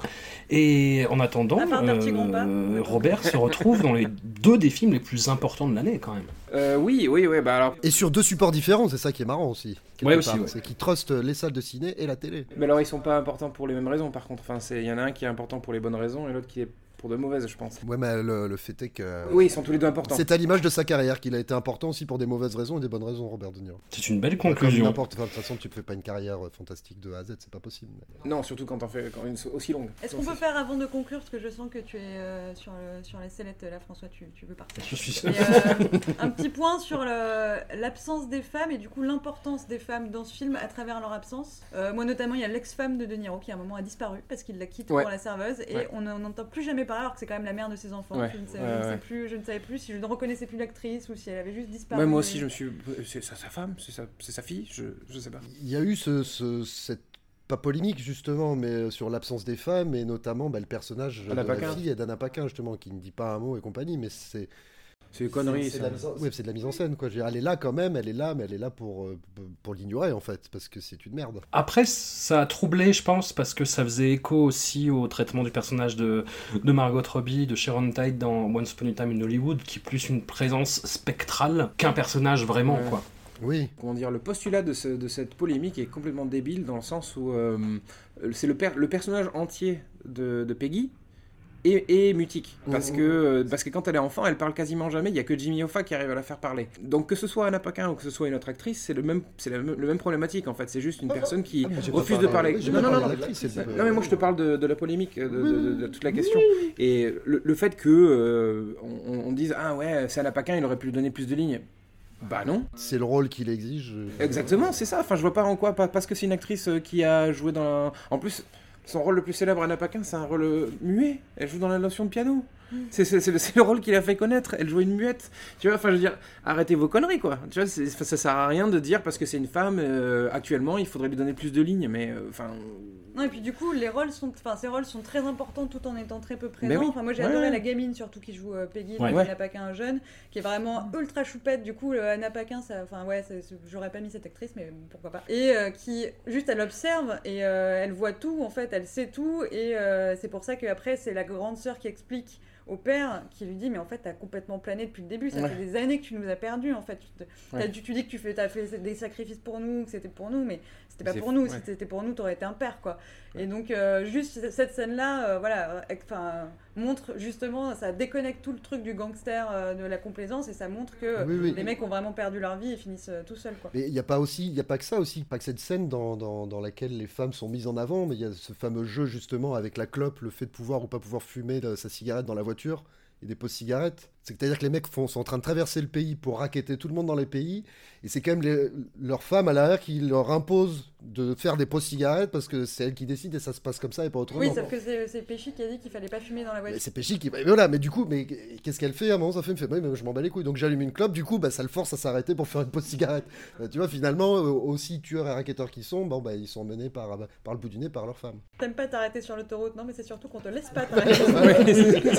Et en attendant, À part Dirty euh, Grandpa. Robert se retrouve dans les deux des films les plus importants de l'année, quand même. Euh, oui, oui, oui, bah alors. Et sur deux supports différents, c'est ça qui est marrant aussi. quelque Ouais, aussi, part. ouais. C'est qu'ils trustent les salles de ciné et la télé. Mais alors, ils sont pas importants pour les mêmes raisons, par contre. Enfin, c'est, il y en a un qui est important pour les bonnes raisons et l'autre qui est pour de mauvaises, je pense. Ouais, mais le, le fait est que. Oui, ils sont tous les deux importants. C'est à l'image de sa carrière qu'il a été important aussi pour des mauvaises raisons et des bonnes raisons, Robert De Niro. C'est une belle Comme conclusion. n'importe. Enfin, de toute façon, tu ne fais pas une carrière euh, fantastique de A à Z, c'est pas possible. mais- Non, surtout quand t'en fais quand une aussi longue. Est-ce qu'on peut faire avant de conclure, parce que je sens que tu es euh, sur, le, sur la sellette là, François, tu, tu veux partir. Je suis sûr. Et, euh, un petit point sur le- l'absence des femmes et du coup l'importance des femmes dans ce film à travers leur absence. Euh, moi notamment, il y a l'ex-femme de De Niro qui à un moment a disparu parce qu'il la quitte Ouais. pour la serveuse et Ouais. on n'en entend plus jamais parler alors que c'est quand même la mère de ses enfants. Ouais. Je, ne sais, Ouais, je ne sais ouais. plus, je ne savais plus si je ne reconnaissais plus l'actrice ou si elle avait juste disparu. Ouais, moi aussi, Et- je me suis. C'est sa, sa femme, c'est sa, c'est sa fille, je, je sais pas. Il y a eu ce, ce- cette. Pas polémique justement, mais sur l'absence des femmes et notamment bah, le personnage Anna de la Paquin. fille et d'Anna Paquin justement qui ne dit pas un mot et compagnie, mais c'est C'est une connerie, c'est, c'est ça. de la mise en... ouais, c'est de la mise en scène quoi. Je veux dire, elle est là quand même, elle est là, mais elle est là pour euh, pour l'ignorer en fait parce que c'est une merde. Après, ça a troublé, je pense, parce que ça faisait écho aussi au traitement du personnage de, de Margot Robbie, de Sharon Tate dans Once Upon a Time in Hollywood, qui est plus une présence spectrale qu'un personnage vraiment, Ouais. quoi. Oui. Comment dire, le postulat de, ce- de cette polémique est complètement débile dans le sens où euh, c'est le, per- le personnage entier de, de Peggy est, est mutique. Parce que, euh, parce que quand elle est enfant, elle parle quasiment jamais, il n'y a que Jimmy Hoffa qui arrive à la faire parler. Donc que ce soit Anna Paquin ou que ce soit une autre actrice, c'est le même, c'est la même, le même problématique en fait. C'est juste une personne qui Ah, j'ai pas refuse de parlé- parler. oui, j'ai non, pas non, parlé non, de l'actrice, c'est le- non, mais moi je te parle de, de la polémique, de, de- de- de toute la question. Et le, le fait que euh, on, on dise ah ouais, c'est Anna Paquin, il aurait pu lui donner plus de lignes. Bah non. C'est le rôle qu'il exige. euh, Exactement, c'est ça. Enfin, je vois pas en quoi, pas- parce que c'est une actrice euh, qui a joué dans. En plus, son rôle le plus célèbre, Anna Paquin, c'est un rôle euh, muet. Elle joue dans La Notion de piano. C'est, c'est, c'est le, c'est le rôle qui l'a fait connaître. Elle jouait une muette. Tu vois, enfin, je veux dire, arrêtez vos conneries, quoi. Tu vois, c'est, ça sert à rien de dire parce que c'est une femme, euh, actuellement, il faudrait lui donner plus de lignes, mais euh, enfin. Non, et puis du coup, les rôles sont, enfin, ces rôles sont très importants tout en étant très peu présents. Ben oui. Enfin, moi, j'ai Ouais, adoré ouais. la gamine, surtout qui joue euh, Peggy, Ouais. donc Ouais. Anna Paquin jeune, qui est vraiment ultra choupette. Du coup, euh, Anna Paquin, ça, enfin ouais, c'est- c'est- j'aurais pas mis cette actrice, mais bon, pourquoi pas. Et euh, qui, juste, elle observe et euh, elle voit tout. En fait, elle sait tout, et euh, c'est pour ça qu'après, c'est la grande sœur qui explique au père qui lui dit mais en fait t'as complètement plané depuis le début, ça Ouais. fait des années que tu nous as perdus en fait, tu, te- t'as- Ouais. tu, tu dis que tu fais, t'as fait des sacrifices pour nous, que c'était pour nous, mais c'était pas C'est pour fou, nous, ouais. si c'était pour nous t'aurais été un père quoi. Et donc euh, juste c- cette scène là voilà, euh, enfin montre justement, ça déconnecte tout le truc du gangster euh, de la complaisance et ça montre que euh, Oui, oui. les mecs ont vraiment perdu leur vie et finissent euh, tout seuls quoi. Mais il n'y a pas aussi, il y a pas que ça aussi, pas que cette scène dans, dans, dans laquelle les femmes sont mises en avant, mais il y a ce fameux jeu justement avec la clope, le fait de pouvoir ou pas pouvoir fumer de sa cigarette dans la voiture et des pots cigarettes. C'est-à-dire que les mecs font, sont en train de traverser le pays pour racketter tout le monde dans les pays, et c'est quand même les, leurs femmes à l'arrière qui leur imposent de faire des pots cigarettes parce que c'est elles qui décident et ça se passe comme ça et pas autrement. Oui, sauf que c'est, c'est Péchi qui a dit qu'il fallait pas fumer dans la Mais voiture. c'est Péchi qui. Mais voilà, mais du coup, mais qu'est-ce qu'elle fait à un moment? Ça fait, elle me fait, oui, mais je m'en bats les couilles. Donc j'allume une clope, du coup, bah, ça le force à s'arrêter pour faire une pause cigarette. Bah, tu vois, finalement, euh, aussi tueurs et racketteurs qu'ils sont, bon, bah, ils sont menés par, par le bout du nez par leur femme. T'aimes pas t'arrêter sur l'autoroute, non mais c'est surtout qu'on te laisse pas t'arrêter.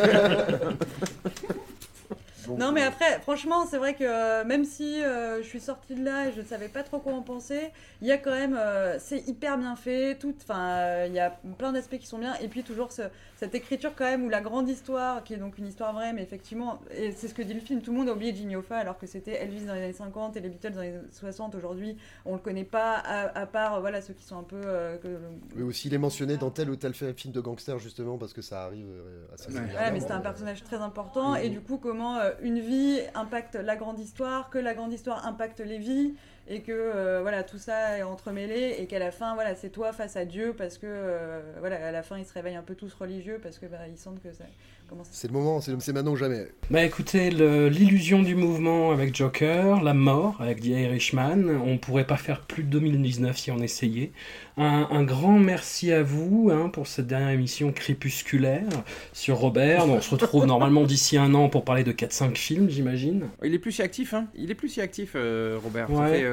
Bon, Non mais après, franchement, c'est vrai que euh, même si euh, je suis sortie de là et je ne savais pas trop quoi en penser, il y a quand même, euh, c'est hyper bien fait, tout, enfin, euh, il y a plein d'aspects qui sont bien, et puis toujours ce, cette écriture quand même où la grande histoire, qui est donc une histoire vraie, mais effectivement, et c'est ce que dit le film, tout le monde a oublié Jimmy Hoffa alors que c'était Elvis dans les années cinquante et les Beatles dans les années soixante. Aujourd'hui, on le connaît pas, à, à part, euh, voilà, ceux qui sont un peu... euh, que, Mais aussi, il est mentionné dans tel ou tel film de gangster, justement, parce que ça arrive euh, assez régulièrement. Voilà, mais c'était un personnage très important, et du coup, comment euh, une vie impacte la grande histoire, que la grande histoire impacte les vies, et que euh, voilà, tout ça est entremêlé, et qu'à la fin, voilà, c'est toi face à Dieu, parce que euh, voilà, à la fin, ils se réveillent un peu tous religieux, parce que bah, ils sentent que ça commence. C'est le moment, c'est, c'est maintenant ou jamais. Bah écoutez, le- l'illusion du mouvement avec Joker, la mort avec The Irishman, on pourrait pas faire plus de deux mille dix-neuf si on essayait. Un, un grand merci à vous hein, pour cette dernière émission crépusculaire sur Robert. On se retrouve normalement d'ici un an pour parler de quatre cinq films, j'imagine. Il est plus si actif, hein. Il est plus si actif, euh, Robert. Ouais. Ça fait,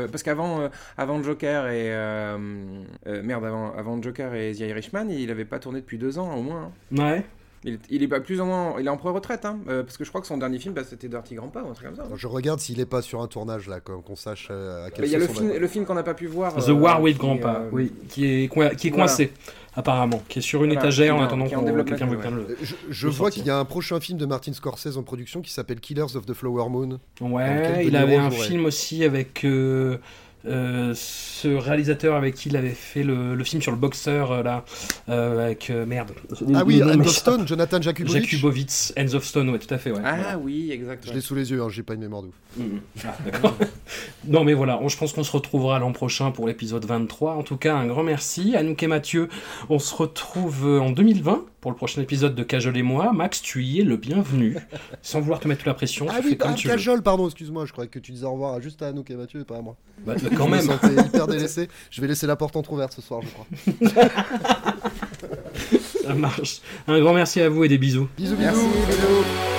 que parce qu'avant, euh, avant Joker et euh, euh, merde, avant, avant Joker et The Irishman, il avait pas tourné depuis deux ans au moins. Hein. Ouais. Il, il est pas plus ou moins, il est en pré-retraite, hein, euh, parce que je crois que son dernier film, bah, c'était Dirty Grandpa ou un truc comme ça. Alors, je regarde s'il est pas sur un tournage là, qu'on, qu'on sache euh, à quel. Il y a le sauce on film, va. le film qu'on n'a pas pu voir. The euh, War with qui, Grandpa, euh, oui, qui est coin- qui est coincé. Voilà. Apparemment, qui est sur une Voilà, étagère qui en est attendant en- qui est en qu'on développement, quelqu'un veut ouais. bien le. Je, je le vois sortir. qu'il y a un prochain film de Martin Scorsese en production qui s'appelle Killers of the Flower Moon. dans lequel Ouais, De il Niro avait un jouerait. film aussi avec euh, euh, ce réalisateur avec qui il avait fait le, le film sur le boxeur euh, là, euh, avec euh, merde. Ah oui, Le nom End of m'échappe. Stone, Jonathan Jakubowicz. Jakubowicz, Ends of Stone, ouais, tout à fait, ouais. Ah Voilà. oui, exact. Je l'ai sous les yeux, hein, j'ai pas une mémoire de ouf. Mhm. Ah, d'accord. Non mais voilà, on- je pense qu'on se retrouvera l'an prochain pour l'épisode vingt-trois. En tout cas, un grand merci. Anouk et Mathieu, on se retrouve euh, en deux mille vingt pour le prochain épisode de Cajol et moi. Max, tu y es le bienvenu. Sans vouloir te mettre la pression, Ah tu oui, fais comme ah, tu veux. Cajol, pardon, excuse-moi, je croyais que tu disais au revoir juste à Anouk et Mathieu et pas à moi. Bah, quand Je même. me sentais hyper délaissé. Je vais laisser la porte entrouverte ce soir, je crois. Ça marche. Un grand merci à vous et des bisous. Bisous, bisous, bisous.